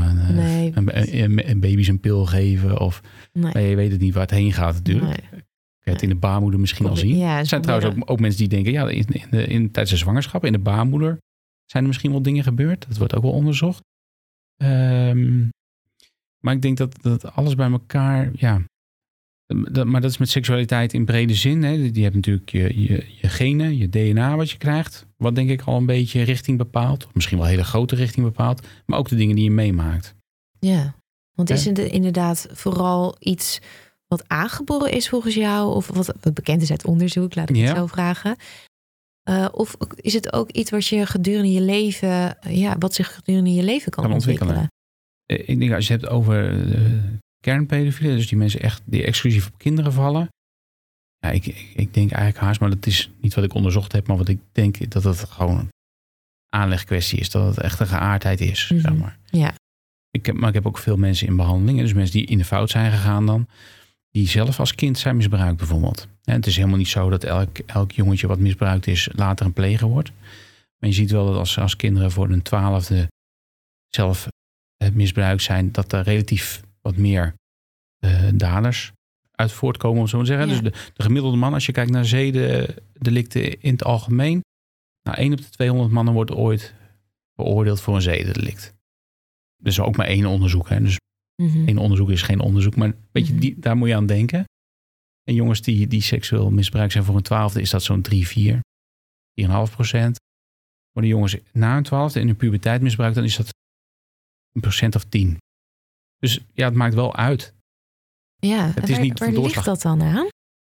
S5: een baby's een pil geven. Of je weet het niet waar het heen gaat natuurlijk. Nee. Kan je het in de baarmoeder misschien al zien. Ja, er zijn trouwens ook mensen die denken tijdens de zwangerschap in de baarmoeder zijn er misschien wel dingen gebeurd. Dat wordt ook wel onderzocht. Maar ik denk dat alles bij elkaar, maar dat is met seksualiteit in brede zin. Hè. Je hebt natuurlijk je genen, je DNA wat je krijgt. Wat denk ik al een beetje richting bepaalt. Of misschien wel een hele grote richting bepaalt. Maar ook de dingen die je meemaakt.
S4: Ja, want is het inderdaad vooral iets wat aangeboren is volgens jou? Of wat bekend is uit onderzoek, laat ik het zo vragen. Of is het ook iets wat je gedurende je leven, wat zich gedurende je leven kan ontwikkelen?
S5: Ik denk als je het hebt over kernpedofielen, dus die mensen echt die exclusief op kinderen vallen. Ja, ik denk eigenlijk haast, maar dat is niet wat ik onderzocht heb, maar wat ik denk dat het gewoon een aanlegkwestie is. Dat het echt een geaardheid is, zeg maar.
S4: Ja.
S5: Maar ik heb ook veel mensen in behandeling, dus mensen die in de fout zijn gegaan dan, die zelf als kind zijn misbruikt bijvoorbeeld. En het is helemaal niet zo dat elk jongetje wat misbruikt is later een pleger wordt. Maar je ziet wel dat als kinderen voor een 12e zelf misbruikt zijn, dat er relatief wat meer daders uit voortkomen, om zo te zeggen. Ja. Dus de gemiddelde man, als je kijkt naar zedendelicten in het algemeen, 1 op de 200 mannen wordt ooit beoordeeld voor een zedendelict. Dus ook maar 1 onderzoek. Hè. Dus 1 onderzoek is geen onderzoek, maar weet je, daar moet je aan denken. En jongens die seksueel misbruikt zijn voor een 12e, is dat zo'n 4,5%. Maar de jongens na een 12e in hun puberteit misbruikt, dan is dat 1% of 10. Dus het maakt wel uit.
S4: Ja,
S5: het is niet
S4: waar ligt dat dan aan?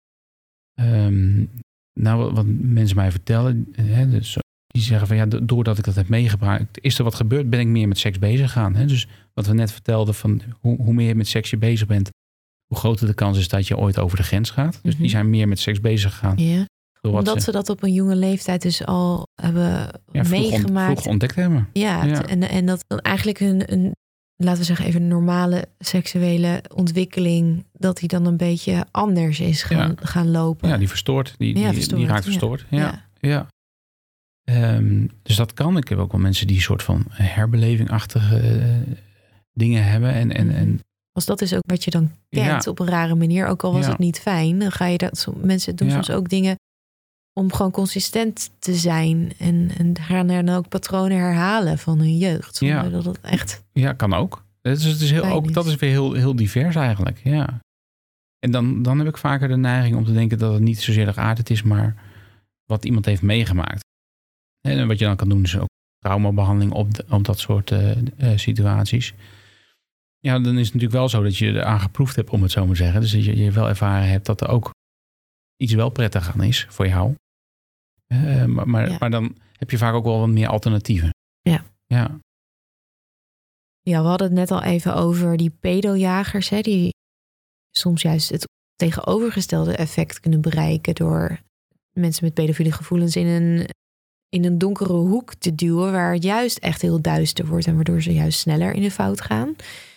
S5: Wat mensen mij vertellen, dus die zeggen van doordat ik dat heb meegebruikt, is er wat gebeurd, ben ik meer met seks bezig gegaan. Hè? Dus wat we net vertelden van hoe meer je met seks je bezig bent, hoe groter de kans is dat je ooit over de grens gaat. Dus die zijn meer met seks bezig gegaan.
S4: Ja. Omdat ze dat op een jonge leeftijd dus al hebben meegemaakt.
S5: Vroeg ontdekt hebben.
S4: Ja. En dat dan eigenlijk een laten we zeggen even normale seksuele ontwikkeling, dat die dan een beetje anders is gaan lopen. Ja,
S5: die verstoort. Die raakt verstoord. Ja. Dus dat kan. Ik heb ook wel mensen die soort van herbelevingachtige dingen hebben. En
S4: als dat is ook wat je dan kent op een rare manier, ook al was het niet fijn, dan ga je dat. Mensen doen soms ook dingen om gewoon consistent te zijn en gaan er dan ook patronen herhalen van hun jeugd. Zonder dat het echt.
S5: Ja, kan ook. Dus het is dat is weer heel divers eigenlijk. Ja. En dan heb ik vaker de neiging om te denken dat het niet zozeer de geaardheid is, maar wat iemand heeft meegemaakt. En wat je dan kan doen is ook traumabehandeling op dat soort situaties. Ja, dan is het natuurlijk wel zo dat je eraan geproefd hebt, om het zo maar te zeggen. Dus dat je wel ervaren hebt dat er ook iets wel prettig aan is voor jou. Maar dan heb je vaak ook wel wat meer alternatieven. Ja.
S4: Ja, we hadden het net al even over die pedojagers, hè, die soms juist het tegenovergestelde effect kunnen bereiken door mensen met pedofiele gevoelens in een donkere hoek te duwen, waar het juist echt heel duister wordt en waardoor ze juist sneller in de fout gaan.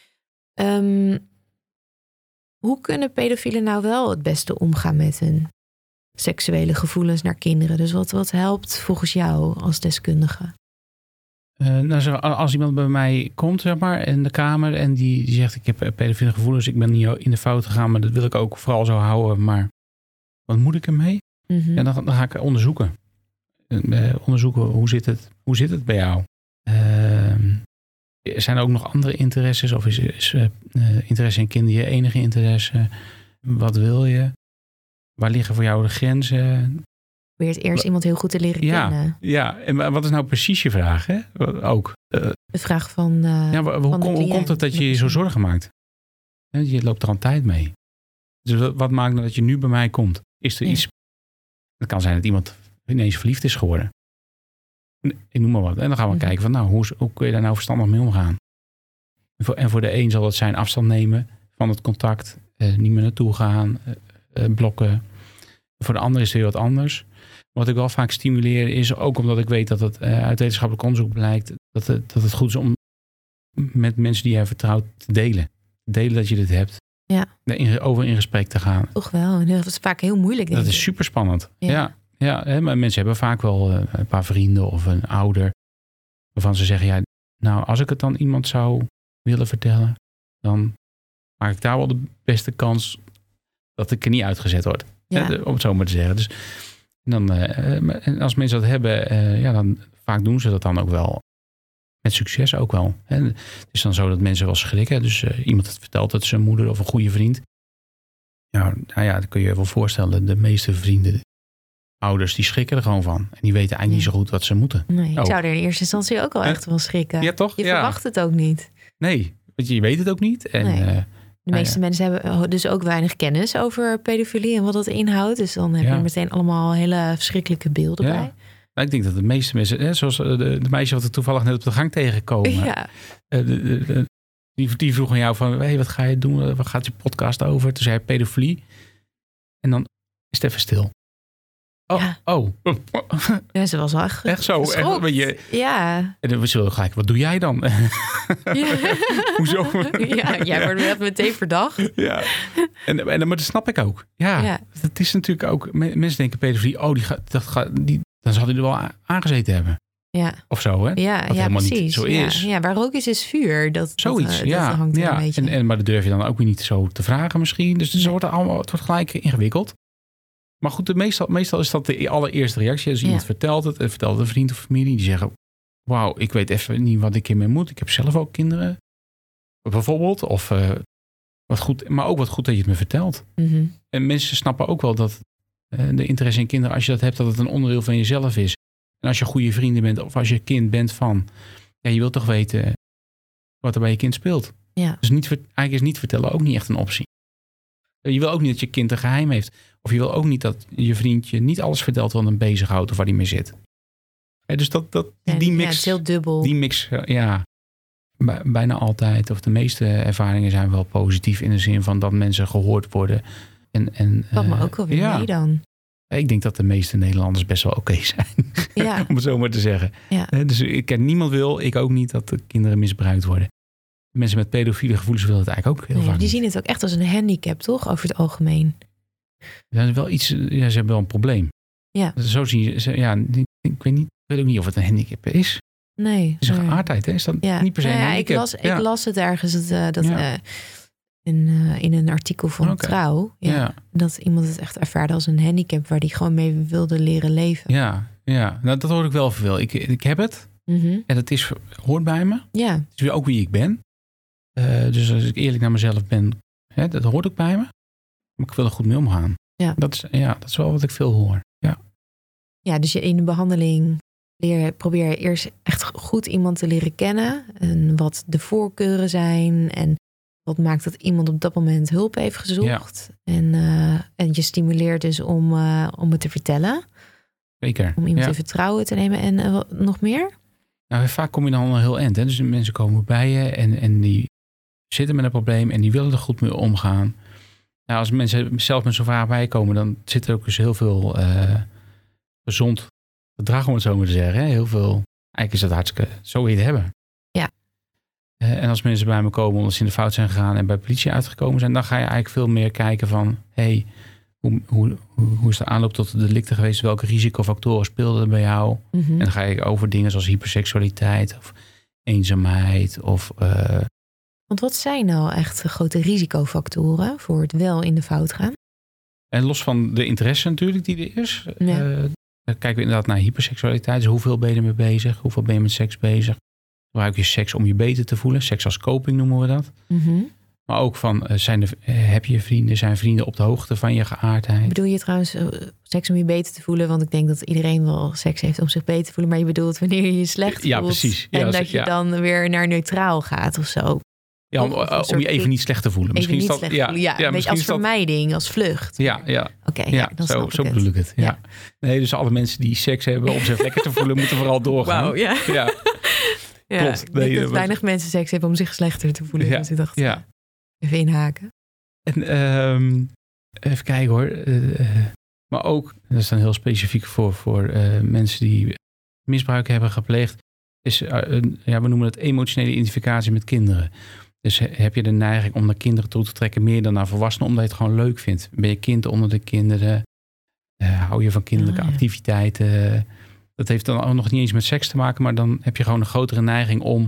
S4: Hoe kunnen pedofielen nou wel het beste omgaan met hun seksuele gevoelens naar kinderen? Dus wat helpt volgens jou als deskundige?
S5: Als iemand bij mij komt, zeg maar, in de kamer en die zegt: ik heb pedofiele gevoelens, ik ben niet in de fout gegaan, maar dat wil ik ook vooral zo houden, maar wat moet ik ermee? Mm-hmm. En dan ga ik onderzoeken. Hoe zit het bij jou? Zijn er ook nog andere interesses? Of is interesse in kinderen je enige interesse? Wat wil je? Waar liggen voor jou de grenzen?
S4: Probeer het eerst iemand heel goed te leren kennen.
S5: Ja, en wat is nou precies je vraag? Hè? Ook.
S4: De vraag van
S5: hoe komt het dat je je zo zorgen maakt? Je loopt er al een tijd mee. Dus wat maakt nou dat je nu bij mij komt? Is er iets? Het kan zijn dat iemand ineens verliefd is geworden. Ik noem maar wat. En dan gaan we kijken van hoe kun je daar nou verstandig mee omgaan? En voor de een zal het zijn afstand nemen van het contact. Niet meer naartoe gaan. Blokken. Voor de ander is het weer wat anders. Wat ik wel vaak stimuleer is, ook omdat ik weet dat het uit wetenschappelijk onderzoek blijkt, dat het goed is om met mensen die jij vertrouwt te delen. Delen dat je dit hebt.
S4: Ja.
S5: Over in gesprek te gaan.
S4: Toch wel. En dat is vaak heel moeilijk, denk ik.
S5: Dat is super spannend. Ja, maar mensen hebben vaak wel een paar vrienden of een ouder waarvan ze zeggen, als ik het dan iemand zou willen vertellen, dan maak ik daar wel de beste kans dat ik er niet uitgezet word. Ja. Om het zo maar te zeggen. Dus dan, en als mensen dat hebben, dan vaak doen ze dat dan ook wel. Met succes ook wel. En het is dan zo dat mensen wel schrikken. Dus iemand het vertelt, dat zijn moeder of een goede vriend. Dat kun je je wel voorstellen. De meeste vrienden, ouders, die schrikken er gewoon van. En die weten eigenlijk niet zo goed wat ze moeten.
S4: Nee, ik zou er in eerste instantie ook al echt wel schrikken.
S5: Ja, toch?
S4: Je verwacht het ook niet.
S5: Nee, want je weet het ook niet. En,
S4: de meeste mensen hebben dus ook weinig kennis over pedofilie en wat dat inhoudt. Dus dan heb je meteen allemaal hele verschrikkelijke beelden bij.
S5: Ik denk dat de meeste mensen, zoals de meisje wat we toevallig net op de gang tegenkomen. Die vroeg aan jou van, wat ga je doen? Wat gaat je podcast over? Toen zei hij pedofilie. En dan is het even stil.
S4: Ja, ze was wel
S5: echt zo.
S4: Ja.
S5: En dan zullen we gelijk, wat doe jij dan? Hoezo?
S4: Jij wordt meteen verdacht.
S5: Ja. Maar dat snap ik ook. Ja. Het is natuurlijk ook, mensen denken pedofilie, dan zal hij er wel aangezeten hebben.
S4: Ja.
S5: Of zo, hè?
S4: Ja,
S5: wat helemaal
S4: precies.
S5: Niet zo is.
S4: Ja, waar rook is vuur.
S5: Zoiets,
S4: dat hangt er een beetje.
S5: Maar dat durf je dan ook weer niet zo te vragen misschien. Dus het wordt gelijk ingewikkeld. Maar goed, meestal is dat de allereerste reactie. Als iemand vertelt het, en vertelt een vriend of familie, die zeggen, wauw, ik weet even niet wat ik hiermee moet. Ik heb zelf ook kinderen, bijvoorbeeld. Of wat goed, maar ook wat goed dat je het me vertelt. Mm-hmm. En mensen snappen ook wel dat de interesse in kinderen, als je dat hebt, dat het een onderdeel van jezelf is. En als je goede vrienden bent, of als je kind bent van, je wilt toch weten wat er bij je kind speelt.
S4: Ja.
S5: Dus eigenlijk is niet vertellen ook niet echt een optie. Je wil ook niet dat je kind een geheim heeft. Of je wil ook niet dat je vriendje niet alles vertelt wat hem bezighoudt of waar hij mee zit. Dus die mix.
S4: Het is heel dubbel.
S5: Die mix, bijna altijd, of de meeste ervaringen zijn wel positief in de zin van dat mensen gehoord worden.
S4: Valt me ook wel weer mee dan.
S5: Ik denk dat de meeste Nederlanders best wel oké zijn. Ja. Om het zo maar te zeggen. Ja. Dus niemand wil, ik ook niet, dat de kinderen misbruikt worden. Mensen met pedofiele gevoelens willen het eigenlijk ook heel vaak.
S4: Die zien het ook echt als een handicap, toch? Over het algemeen.
S5: Dat is wel iets, ze hebben wel een probleem. Ja. Zo zien ze, ik weet ook niet of het een handicap is.
S4: Nee.
S5: Het is een geaardheid, hè? Is dat niet per se een handicap?
S4: Ik las het ergens, in een artikel van Trouw. Dat iemand het echt ervaarde als een handicap waar die gewoon mee wilde leren leven.
S5: Ja. Nou, dat hoor ik wel veel. Ik heb het. Mm-hmm. En dat hoort bij me.
S4: Ja.
S5: Het is weer ook wie ik ben. Dus als ik eerlijk naar mezelf ben, dat hoort ook bij me. Maar ik wil er goed mee omgaan.
S4: Ja.
S5: Dat is wel wat ik veel hoor.
S4: Ja, dus je in de behandeling probeer je eerst echt goed iemand te leren kennen. En wat de voorkeuren zijn. En wat maakt dat iemand op dat moment hulp heeft gezocht. Ja. En je stimuleert dus om het te vertellen.
S5: Zeker.
S4: Om iemand in vertrouwen te nemen. En wat nog meer?
S5: Nou, vaak kom je dan al heel eind. Dus mensen komen bij je en die zitten met een probleem en die willen er goed mee omgaan. Nou, als mensen zelf met zo'n vraag bijkomen, dan zit er ook dus heel veel gezond gedrag, om het zo maar te zeggen. Hè? Heel veel. Eigenlijk is dat hartstikke zo wil je het hebben.
S4: Ja.
S5: En als mensen bij me komen omdat ze in de fout zijn gegaan en bij politie uitgekomen zijn, dan ga je eigenlijk veel meer kijken van, hoe is de aanloop tot de delicten geweest? Welke risicofactoren speelden er bij jou?
S4: Mm-hmm.
S5: En dan ga je over dingen zoals hyperseksualiteit of eenzaamheid of...
S4: Want wat zijn nou echt grote risicofactoren voor het wel in de fout gaan?
S5: En los van de interesse natuurlijk die er is.
S4: Ja.
S5: Dan kijken we inderdaad naar hyperseksualiteit. Dus hoeveel ben je ermee bezig? Hoeveel ben je met seks bezig? Gebruik je seks om je beter te voelen? Seks als coping noemen we dat.
S4: Mm-hmm.
S5: Maar ook van, heb je vrienden? Zijn vrienden op de hoogte van je geaardheid?
S4: Bedoel je trouwens seks om je beter te voelen? Want ik denk dat iedereen wel seks heeft om zich beter te voelen. Maar je bedoelt wanneer je je slecht voelt.
S5: Ja, precies.
S4: En dat je dan weer naar neutraal gaat of zo.
S5: Ja, om je even niet slecht te voelen.
S4: Misschien is dat een beetje als vermijding, als vlucht.
S5: Ja.
S4: Oké,
S5: zo bedoel ik het. Ja. Nee, dus alle mensen die seks hebben om zich lekker te voelen, moeten vooral doorgaan.
S4: Wauw, ja.
S5: Klopt.
S4: Ik denk dat weinig mensen seks hebben om zich slechter te voelen. Dus ik dacht, even inhaken.
S5: En even kijken hoor. Maar ook, dat is dan heel specifiek voor mensen die misbruik hebben gepleegd, is, we noemen het emotionele identificatie met kinderen. Dus heb je de neiging om naar kinderen toe te trekken meer dan naar volwassenen, omdat je het gewoon leuk vindt. Ben je kind onder de kinderen? Hou je van kinderlijke activiteiten? Dat heeft dan ook nog niet eens met seks te maken, maar dan heb je gewoon een grotere neiging om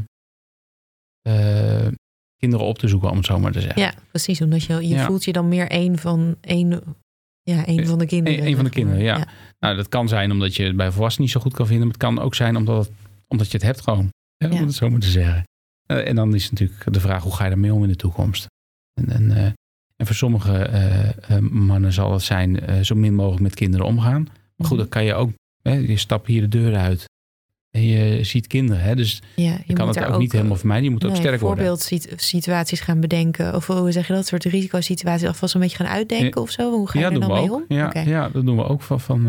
S5: kinderen op te zoeken, om het zo maar te zeggen.
S4: Ja, precies. Omdat je voelt je dan meer een van de kinderen.
S5: Een van de kinderen, ja. Nou, dat kan zijn omdat je het bij volwassenen niet zo goed kan vinden, maar het kan ook zijn omdat je het hebt gewoon. Om het zo maar te zeggen. En dan is natuurlijk de vraag, hoe ga je ermee om in de toekomst? En voor sommige mannen zal het zijn zo min mogelijk met kinderen omgaan. Maar goed, dan kan je ook, je stapt hier de deur uit en je ziet kinderen. Hè? Dus je kan het ook niet helemaal vermijden. Je moet ook sterk worden.
S4: Voorbeeldsituaties gaan bedenken. Of hoe zeg je dat? Soort risicosituaties alvast een beetje gaan uitdenken of zo. Hoe ga je er dan mee om?
S5: Ja, dat doen we ook.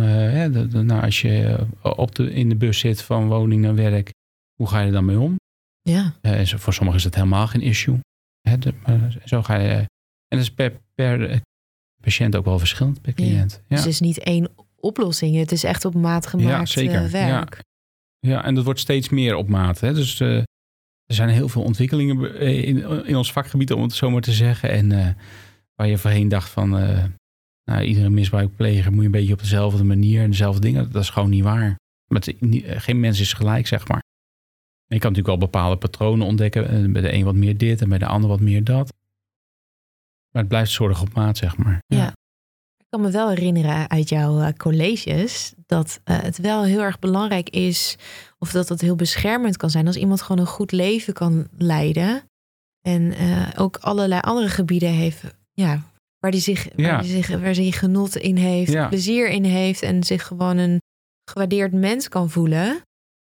S5: Als je in de bus zit van woning naar werk, hoe ga je er dan mee om? Ja. Voor sommigen is het helemaal geen issue. Zo ga je. En dat is per patiënt ook wel verschillend, per cliënt. Ja.
S4: Dus het is niet één oplossing. Het is echt op maat gemaakt werk.
S5: Ja, en dat wordt steeds meer op maat. Hè? Dus er zijn heel veel ontwikkelingen in ons vakgebied, om het zo maar te zeggen. En waar je voorheen dacht van, iedere misbruikpleger moet je een beetje op dezelfde manier en dezelfde dingen. Dat is gewoon niet waar. Geen mens is gelijk, zeg maar. Je kan natuurlijk wel bepaalde patronen ontdekken. Bij de een wat meer dit en bij de ander wat meer dat. Maar het blijft zorg op maat, zeg maar.
S4: Ja. Ik kan me wel herinneren uit jouw colleges dat het wel heel erg belangrijk is, of dat het heel beschermend kan zijn als iemand gewoon een goed leven kan leiden. En ook allerlei andere gebieden heeft, waar hij genot in heeft, plezier in heeft en zich gewoon een gewaardeerd mens kan voelen.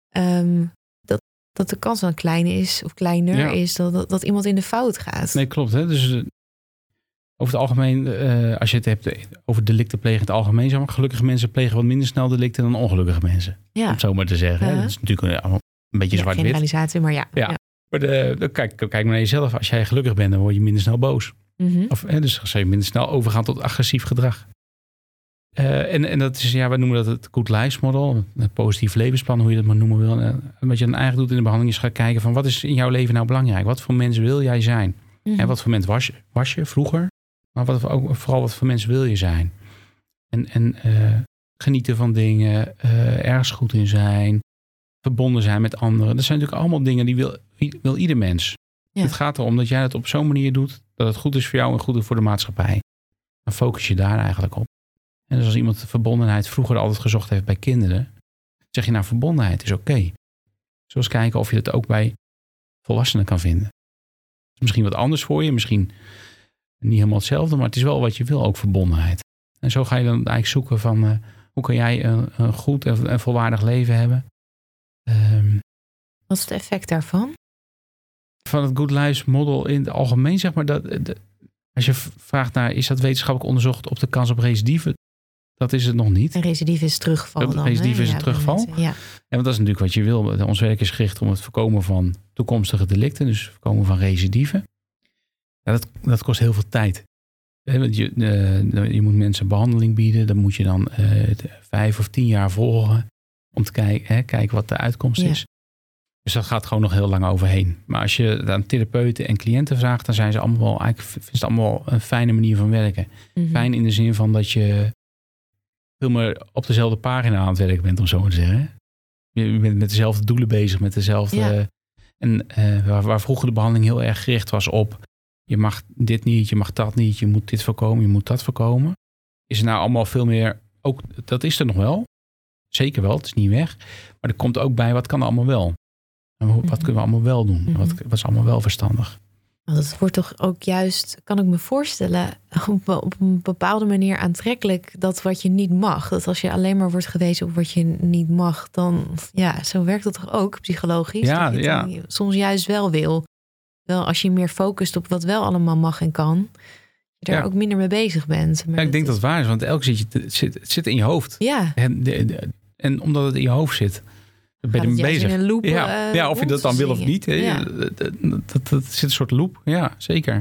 S4: Dat de kans dan klein is of kleiner is dat iemand in de fout gaat. Nee,
S5: klopt. Hè? Dus over het algemeen, als je het hebt over delicten plegen in het algemeen, zeg maar, gelukkige mensen plegen wat minder snel delicten dan ongelukkige mensen. Ja. Om het zo maar te zeggen. Hè? Dat is natuurlijk een beetje zwart-wit.
S4: Generalisatie, maar ja.
S5: Maar kijk maar naar jezelf. Als jij gelukkig bent, dan word je minder snel boos. Mm-hmm. Dus zal je minder snel overgaan tot agressief gedrag. En dat is, wij noemen dat het Good Lives Model, het positief levensplan, hoe je dat maar noemen wil. En wat je dan eigenlijk doet in de behandeling is gaan kijken van, wat is in jouw leven nou belangrijk? Wat voor mens wil jij zijn? Mm-hmm. En wat voor mens was je vroeger? Maar vooral wat voor mens wil je zijn? En genieten van dingen, ergens goed in zijn, verbonden zijn met anderen. Dat zijn natuurlijk allemaal dingen die wil ieder mens. Ja. Het gaat erom dat jij het op zo'n manier doet dat het goed is voor jou en goed is voor de maatschappij. Dan focus je daar eigenlijk op. En dus als iemand de verbondenheid vroeger altijd gezocht heeft bij kinderen, zeg je verbondenheid is oké. Zoals kijken of je het ook bij volwassenen kan vinden. is misschien wat anders voor je. Misschien niet helemaal hetzelfde, maar het is wel wat je wil, ook verbondenheid. En zo ga je dan eigenlijk zoeken van hoe kan jij een goed en volwaardig leven hebben.
S4: Wat is het effect daarvan?
S5: Van het Good Life Model in het algemeen, zeg maar, als je vraagt naar, is dat wetenschappelijk onderzocht op de kans op recidive? Dat is het nog niet.
S4: En recidive is terugval dan.
S5: Recidive is een terugval.
S4: Ja.
S5: Want dat is natuurlijk wat je wil. Ons werk is gericht om het voorkomen van toekomstige delicten. Dus voorkomen van recidive. Ja, dat kost heel veel tijd. Je moet mensen behandeling bieden. Dan moet je dan 5 of 10 jaar volgen. Om te kijken wat de uitkomst is. Dus dat gaat gewoon nog heel lang overheen. Maar als je aan therapeuten en cliënten vraagt, dan zijn ze allemaal vinden ze allemaal een fijne manier van werken. Mm-hmm. Fijn in de zin van dat je veel meer op dezelfde pagina aan het werk bent, om zo maar te zeggen. Je bent met dezelfde doelen bezig, met dezelfde. Ja. En waar vroeger de behandeling heel erg gericht was op, je mag dit niet, je mag dat niet, je moet dit voorkomen, je moet dat voorkomen. Is er nou allemaal veel meer, ook dat is er nog wel. Zeker wel, het is niet weg. Maar er komt ook bij, wat kan er allemaal wel? En wat kunnen we allemaal wel doen? Mm-hmm. Wat is allemaal wel verstandig?
S4: Dat wordt toch ook juist, kan ik me voorstellen, op een bepaalde manier aantrekkelijk, dat wat je niet mag. Dat als je alleen maar wordt gewezen op wat je niet mag, dan, zo werkt dat toch ook psychologisch?
S5: Ja,
S4: dat je soms juist wel wil. Wel, als je meer focust op wat wel allemaal mag en kan, je daar ook minder mee bezig bent. Maar
S5: ik denk dat het waar is, want elke het zit in je hoofd.
S4: Ja.
S5: En omdat het in je hoofd zit, ben je ermee bezig.
S4: In een loop,
S5: of je dat dan wil of niet.
S4: Ja.
S5: Dat zit een soort loop. Ja, zeker.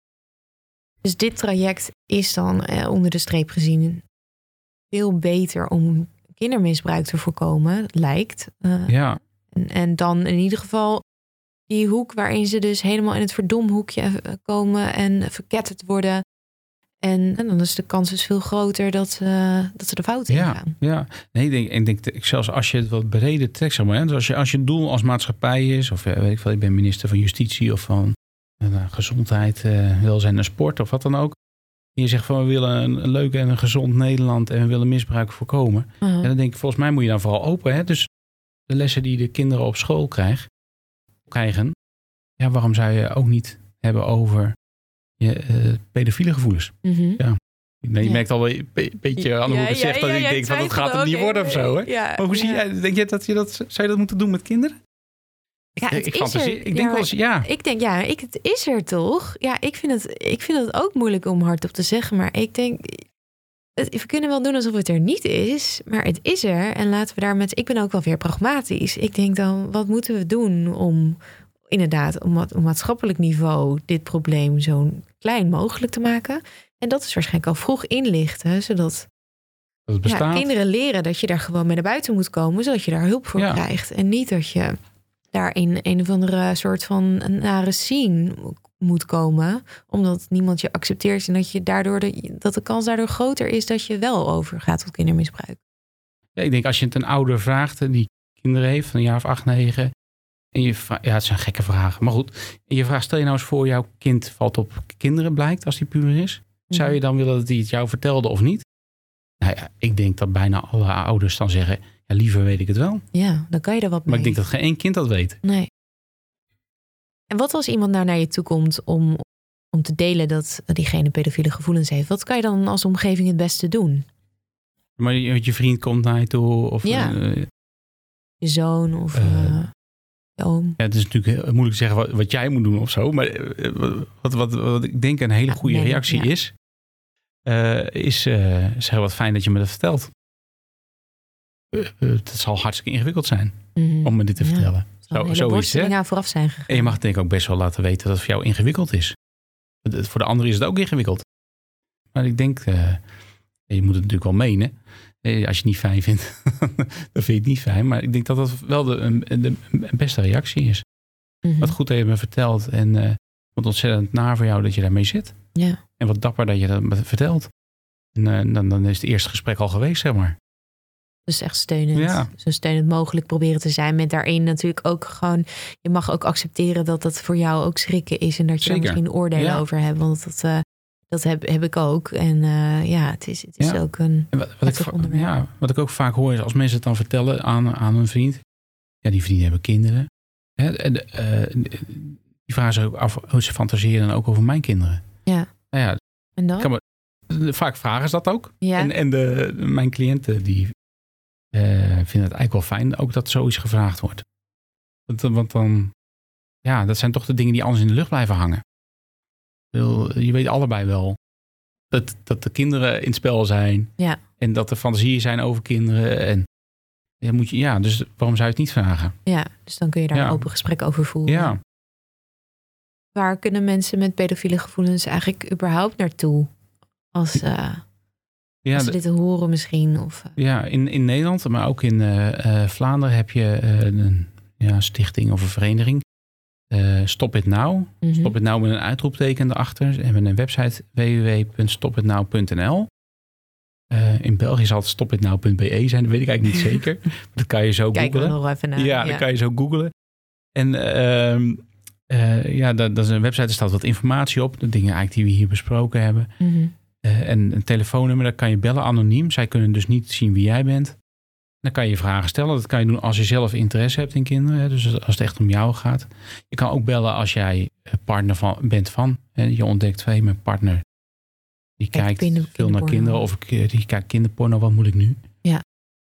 S4: Dus dit traject is dan onder de streep gezien veel beter om kindermisbruik te voorkomen, lijkt. En dan in ieder geval die hoek waarin ze dus helemaal in het verdomhoekje komen en verketterd worden. En dan is de kans dus veel groter dat ze de fout in gaan. Ja,
S5: nee, ik denk zelfs als je het wat breder trekt, zeg maar. Dus als je het doel als maatschappij is, of weet ik veel, ik ben minister van Justitie of van gezondheid, welzijn en sport of wat dan ook. En je zegt van we willen een leuk en een gezond Nederland en we willen misbruik voorkomen. Uh-huh. En dan denk ik, volgens mij moet je dan vooral open. Hè? Dus de lessen die de kinderen op school krijgen, waarom zou je ook niet hebben over pedofiele gevoelens. Mm-hmm. Ja. Nee, je merkt al wel een beetje aan hoe ik het zeg, dat ik denk van dat gaat het niet worden of zo. Hè? Ja, maar hoe zie jij, denk je dat zou je dat moeten doen met kinderen?
S4: Ja, het is er toch? Ja, ik vind het ook moeilijk om hardop te zeggen, maar ik denk, we kunnen wel doen alsof het er niet is, maar het is er. En laten we daar ik ben ook wel weer pragmatisch. Ik denk dan, wat moeten we doen om inderdaad op maatschappelijk niveau dit probleem zo klein mogelijk te maken. En dat is waarschijnlijk al vroeg inlichten, zodat kinderen leren dat je daar gewoon mee naar buiten moet komen, zodat je daar hulp voor krijgt. En niet dat je daar in een of andere soort van nare scene moet komen, omdat niemand je accepteert en dat je daardoor dat de kans daardoor groter is dat je wel overgaat tot kindermisbruik.
S5: Ja, ik denk als je het een ouder vraagt die kinderen heeft van een jaar of 8, 9... En het zijn gekke vragen. Maar goed, en je vraagt, stel je nou eens voor, jouw kind valt op kinderen, blijkt, als die puber is. Zou je dan willen dat hij het jou vertelde of niet? Nou ja, ik denk dat bijna alle ouders dan zeggen, liever weet ik het wel.
S4: Ja, dan kan je er wat mee.
S5: Maar ik denk dat geen één kind dat weet.
S4: Nee. En wat als iemand nou naar je toe komt om te delen dat diegene pedofiele gevoelens heeft? Wat kan je dan als omgeving het beste doen?
S5: Maar je vriend komt naar je toe? Of
S4: je zoon of...
S5: Ja, het is natuurlijk heel moeilijk te zeggen wat jij moet doen of zo. Maar wat ik denk een hele goede reactie is zeg wat fijn dat je me dat vertelt. Het zal hartstikke ingewikkeld zijn om me dit te vertellen.
S4: Zoiets, hè? Vooraf zijn gegaan.
S5: En je mag denk ik ook best wel laten weten dat het voor jou ingewikkeld is. Voor de ander is het ook ingewikkeld. Maar ik denk, je moet het natuurlijk wel menen. Als je het niet fijn vindt, dan vind je het niet fijn. Maar ik denk dat dat wel de beste reactie is. Mm-hmm. Wat goed dat je me vertelt. En wat ontzettend naar voor jou dat je daarmee zit.
S4: Ja.
S5: En wat dapper dat je dat vertelt. En dan is het eerste gesprek al geweest, zeg maar.
S4: Dus echt steunend. Zo steunend mogelijk proberen te zijn. Met daarin natuurlijk ook gewoon... Je mag ook accepteren dat dat voor jou ook schrikken is. En dat je er misschien oordelen over hebt. Want dat heb ik ook. En het is ook een onderwerp.
S5: Ja, wat ik ook vaak hoor is als mensen het dan vertellen aan hun vriend. Ja, die vrienden hebben kinderen. Die Die vragen zich ook af hoe ze fantaseren dan ook over mijn kinderen.
S4: Ja.
S5: Nou ja,
S4: En dan?
S5: Vaak vragen ze dat ook.
S4: Ja.
S5: En mijn cliënten die vinden het eigenlijk wel fijn ook dat zoiets gevraagd wordt. Want dan, ja, dat zijn toch de dingen die anders in de lucht blijven hangen. Je weet allebei wel dat de kinderen in het spel zijn.
S4: Ja.
S5: En dat er fantasieën zijn over kinderen. En dus waarom zou je het niet vragen?
S4: Ja, dus dan kun je daar een open gesprek over voeren. Ja. Waar kunnen mensen met pedofiele gevoelens eigenlijk überhaupt naartoe? Als ze dit horen misschien? Of,
S5: Ja, in Nederland, maar ook in Vlaanderen heb je een stichting of een vereniging. Stop It Now. Mm-hmm. Stop It Now met een uitroepteken erachter. We hebben een website www.stopitnow.nl. In België zal het stopitnow.be zijn. Dat weet ik eigenlijk niet zeker. Dat kan je zo googlen.
S4: Kijk er nog even naar.
S5: Ja, dat kan je zo googlen. En dat is een website. Er staat wat informatie op. De dingen eigenlijk die we hier besproken hebben.
S4: Mm-hmm.
S5: En een telefoonnummer, daar kan je bellen anoniem. Zij kunnen dus niet zien wie jij bent. Dan kan je vragen stellen. Dat kan je doen als je zelf interesse hebt in kinderen. Dus als het echt om jou gaat. Je kan ook bellen als jij partner bent van. Je ontdekt, mijn partner die kijkt veel naar kinderen. Of die kijkt kinderporno, wat moet ik nu?
S4: Ja.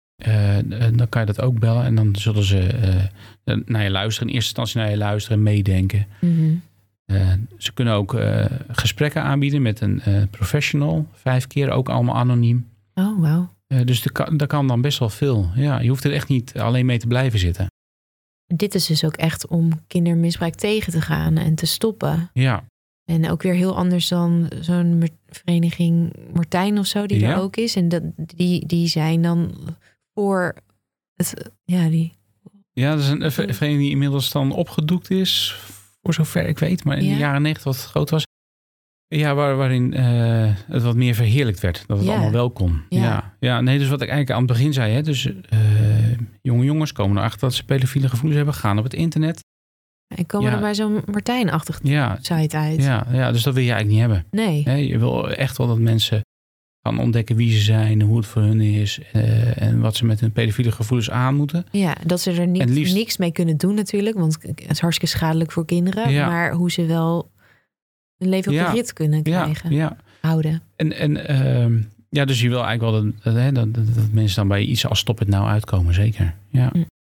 S5: Dan kan je dat ook bellen. En dan zullen ze naar je luisteren. In eerste instantie naar je luisteren en meedenken.
S4: Mm-hmm.
S5: Ze kunnen ook gesprekken aanbieden met een professional. 5 keer, ook allemaal anoniem.
S4: Oh, wauw.
S5: Dus daar kan dan best wel veel. Ja, je hoeft er echt niet alleen mee te blijven zitten.
S4: Dit is dus ook echt om kindermisbruik tegen te gaan en te stoppen.
S5: Ja.
S4: En ook weer heel anders dan zo'n vereniging Martijn of zo, die er ook is. En die zijn dan voor het... Ja,
S5: dat is een vereniging die inmiddels dan opgedoekt is. Voor zover ik weet. Maar in de jaren 90 wat groot was. Ja, waarin het wat meer verheerlijkt werd. Dat het allemaal wel kon. Ja, nee, dus wat ik eigenlijk aan het begin zei. Hè, dus jonge jongens komen erachter dat ze pedofiele gevoelens hebben. Gaan op het internet.
S4: En komen er bij zo'n Martijn-achtig site uit.
S5: Ja, dus dat wil je eigenlijk niet hebben.
S4: Nee.
S5: Je wil echt wel dat mensen gaan ontdekken wie ze zijn. Hoe het voor hun is. En wat ze met hun pedofiele gevoelens aan moeten.
S4: Ja, dat ze er niks mee kunnen doen natuurlijk. Want het is hartstikke schadelijk voor kinderen.
S5: Ja.
S4: Maar hoe ze wel een leven op de rit kunnen krijgen. Houden.
S5: En dus je wil eigenlijk wel dat mensen dan bij iets als Stop It Now uitkomen. Zeker, ja.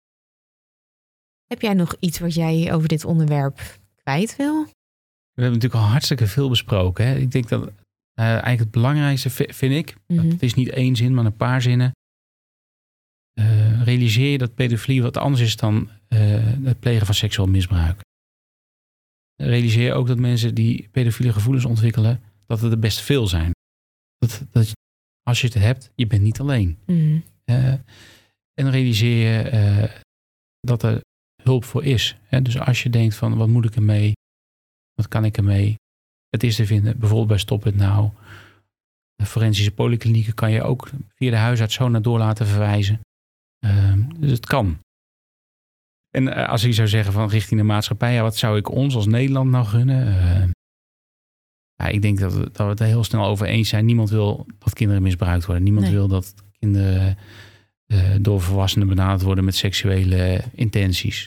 S4: Heb jij nog iets wat jij over dit onderwerp kwijt wil?
S5: We hebben natuurlijk al hartstikke veel besproken. Hè? Ik denk dat eigenlijk het belangrijkste vind ik... Het is niet 1 zin, maar een paar zinnen. Realiseer je dat pedofilie wat anders is dan het plegen van seksueel misbruik. Realiseer je ook dat mensen die pedofiele gevoelens ontwikkelen... dat er best veel zijn. Dat als je het hebt, je bent niet alleen.
S4: Mm.
S5: En realiseer je dat er hulp voor is. Dus als je denkt van wat moet ik ermee? Wat kan ik ermee? Het is te vinden bijvoorbeeld bij Stop It Now. De forensische polyklinieken kan je ook via de huisarts zo naar door laten verwijzen. Dus het kan. En als ik zou zeggen van richting de maatschappij... wat zou ik ons als Nederland nou gunnen? Ik denk dat we het er heel snel over eens zijn. Niemand wil dat kinderen misbruikt worden. Niemand wil dat kinderen door volwassenen benaderd worden... met seksuele intenties.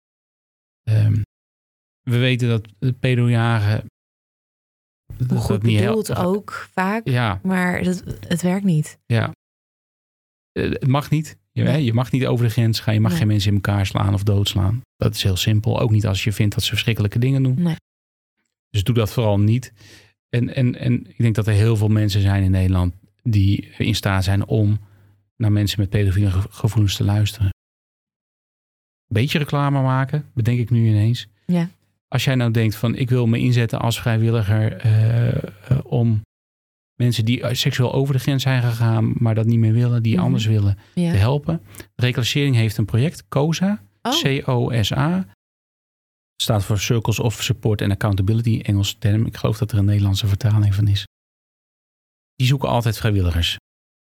S5: We weten dat de pedojagen...
S4: Hoe goed bedoeld ook vaak. Ja. Maar het werkt niet.
S5: Ja. Het mag niet. Je mag niet over de grens gaan. Je mag geen mensen in elkaar slaan of doodslaan. Dat is heel simpel. Ook niet als je vindt dat ze verschrikkelijke dingen doen.
S4: Nee.
S5: Dus doe dat vooral niet. En ik denk dat er heel veel mensen zijn in Nederland... die in staat zijn om naar mensen met pedofiele gevoelens te luisteren. Beetje reclame maken, bedenk ik nu ineens.
S4: Ja.
S5: Als jij nou denkt van ik wil me inzetten als vrijwilliger... om mensen die seksueel over de grens zijn gegaan... maar dat niet meer willen, die anders willen, te helpen. Reclassering heeft een project, COSA. C-O-S-A. Staat voor Circles of Support and Accountability, Engelse term. Ik geloof dat er een Nederlandse vertaling van is. Die zoeken altijd vrijwilligers.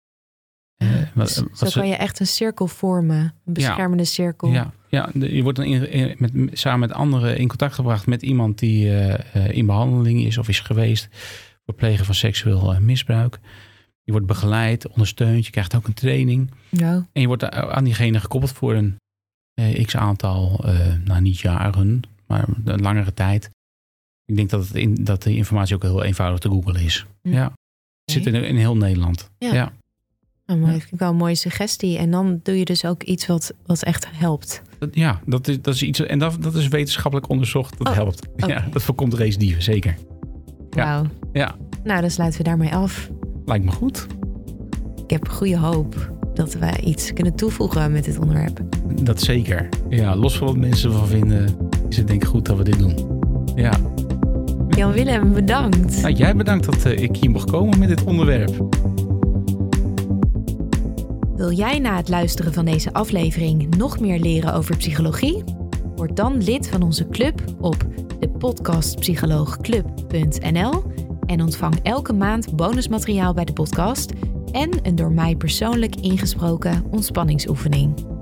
S4: Zo kan je echt een cirkel vormen. Een beschermende cirkel.
S5: Ja, je wordt dan samen met anderen in contact gebracht... met iemand die in behandeling is of is geweest... voor plegen van seksueel misbruik. Je wordt begeleid, ondersteund. Je krijgt ook een training.
S4: Ja.
S5: En je wordt aan diegene gekoppeld voor een x-aantal, niet jaren... maar een langere tijd. Ik denk dat de informatie ook heel eenvoudig te googlen is. Ja. Het zit in heel Nederland. Ja.
S4: Nou, maar dat vind ik wel een mooie suggestie. En dan doe je dus ook iets wat echt helpt.
S5: Dat is iets. En dat is wetenschappelijk onderzocht. Dat helpt.
S4: Okay.
S5: Ja, dat voorkomt recidieven, zeker.
S4: Wauw.
S5: Ja.
S4: Nou, dan sluiten we daarmee af.
S5: Lijkt me goed.
S4: Ik heb goede hoop dat we iets kunnen toevoegen met dit onderwerp.
S5: Dat zeker. Ja, los van wat mensen ervan vinden, is het denk ik goed dat we dit doen. Ja.
S4: Jan-Willem, bedankt.
S5: Nou, jij bedankt dat ik hier mocht komen met dit onderwerp.
S4: Wil jij na het luisteren van deze aflevering nog meer leren over psychologie? Word dan lid van onze club op depodcastpsycholoogclub.nl en ontvang elke maand bonusmateriaal bij de podcast en een door mij persoonlijk ingesproken ontspanningsoefening.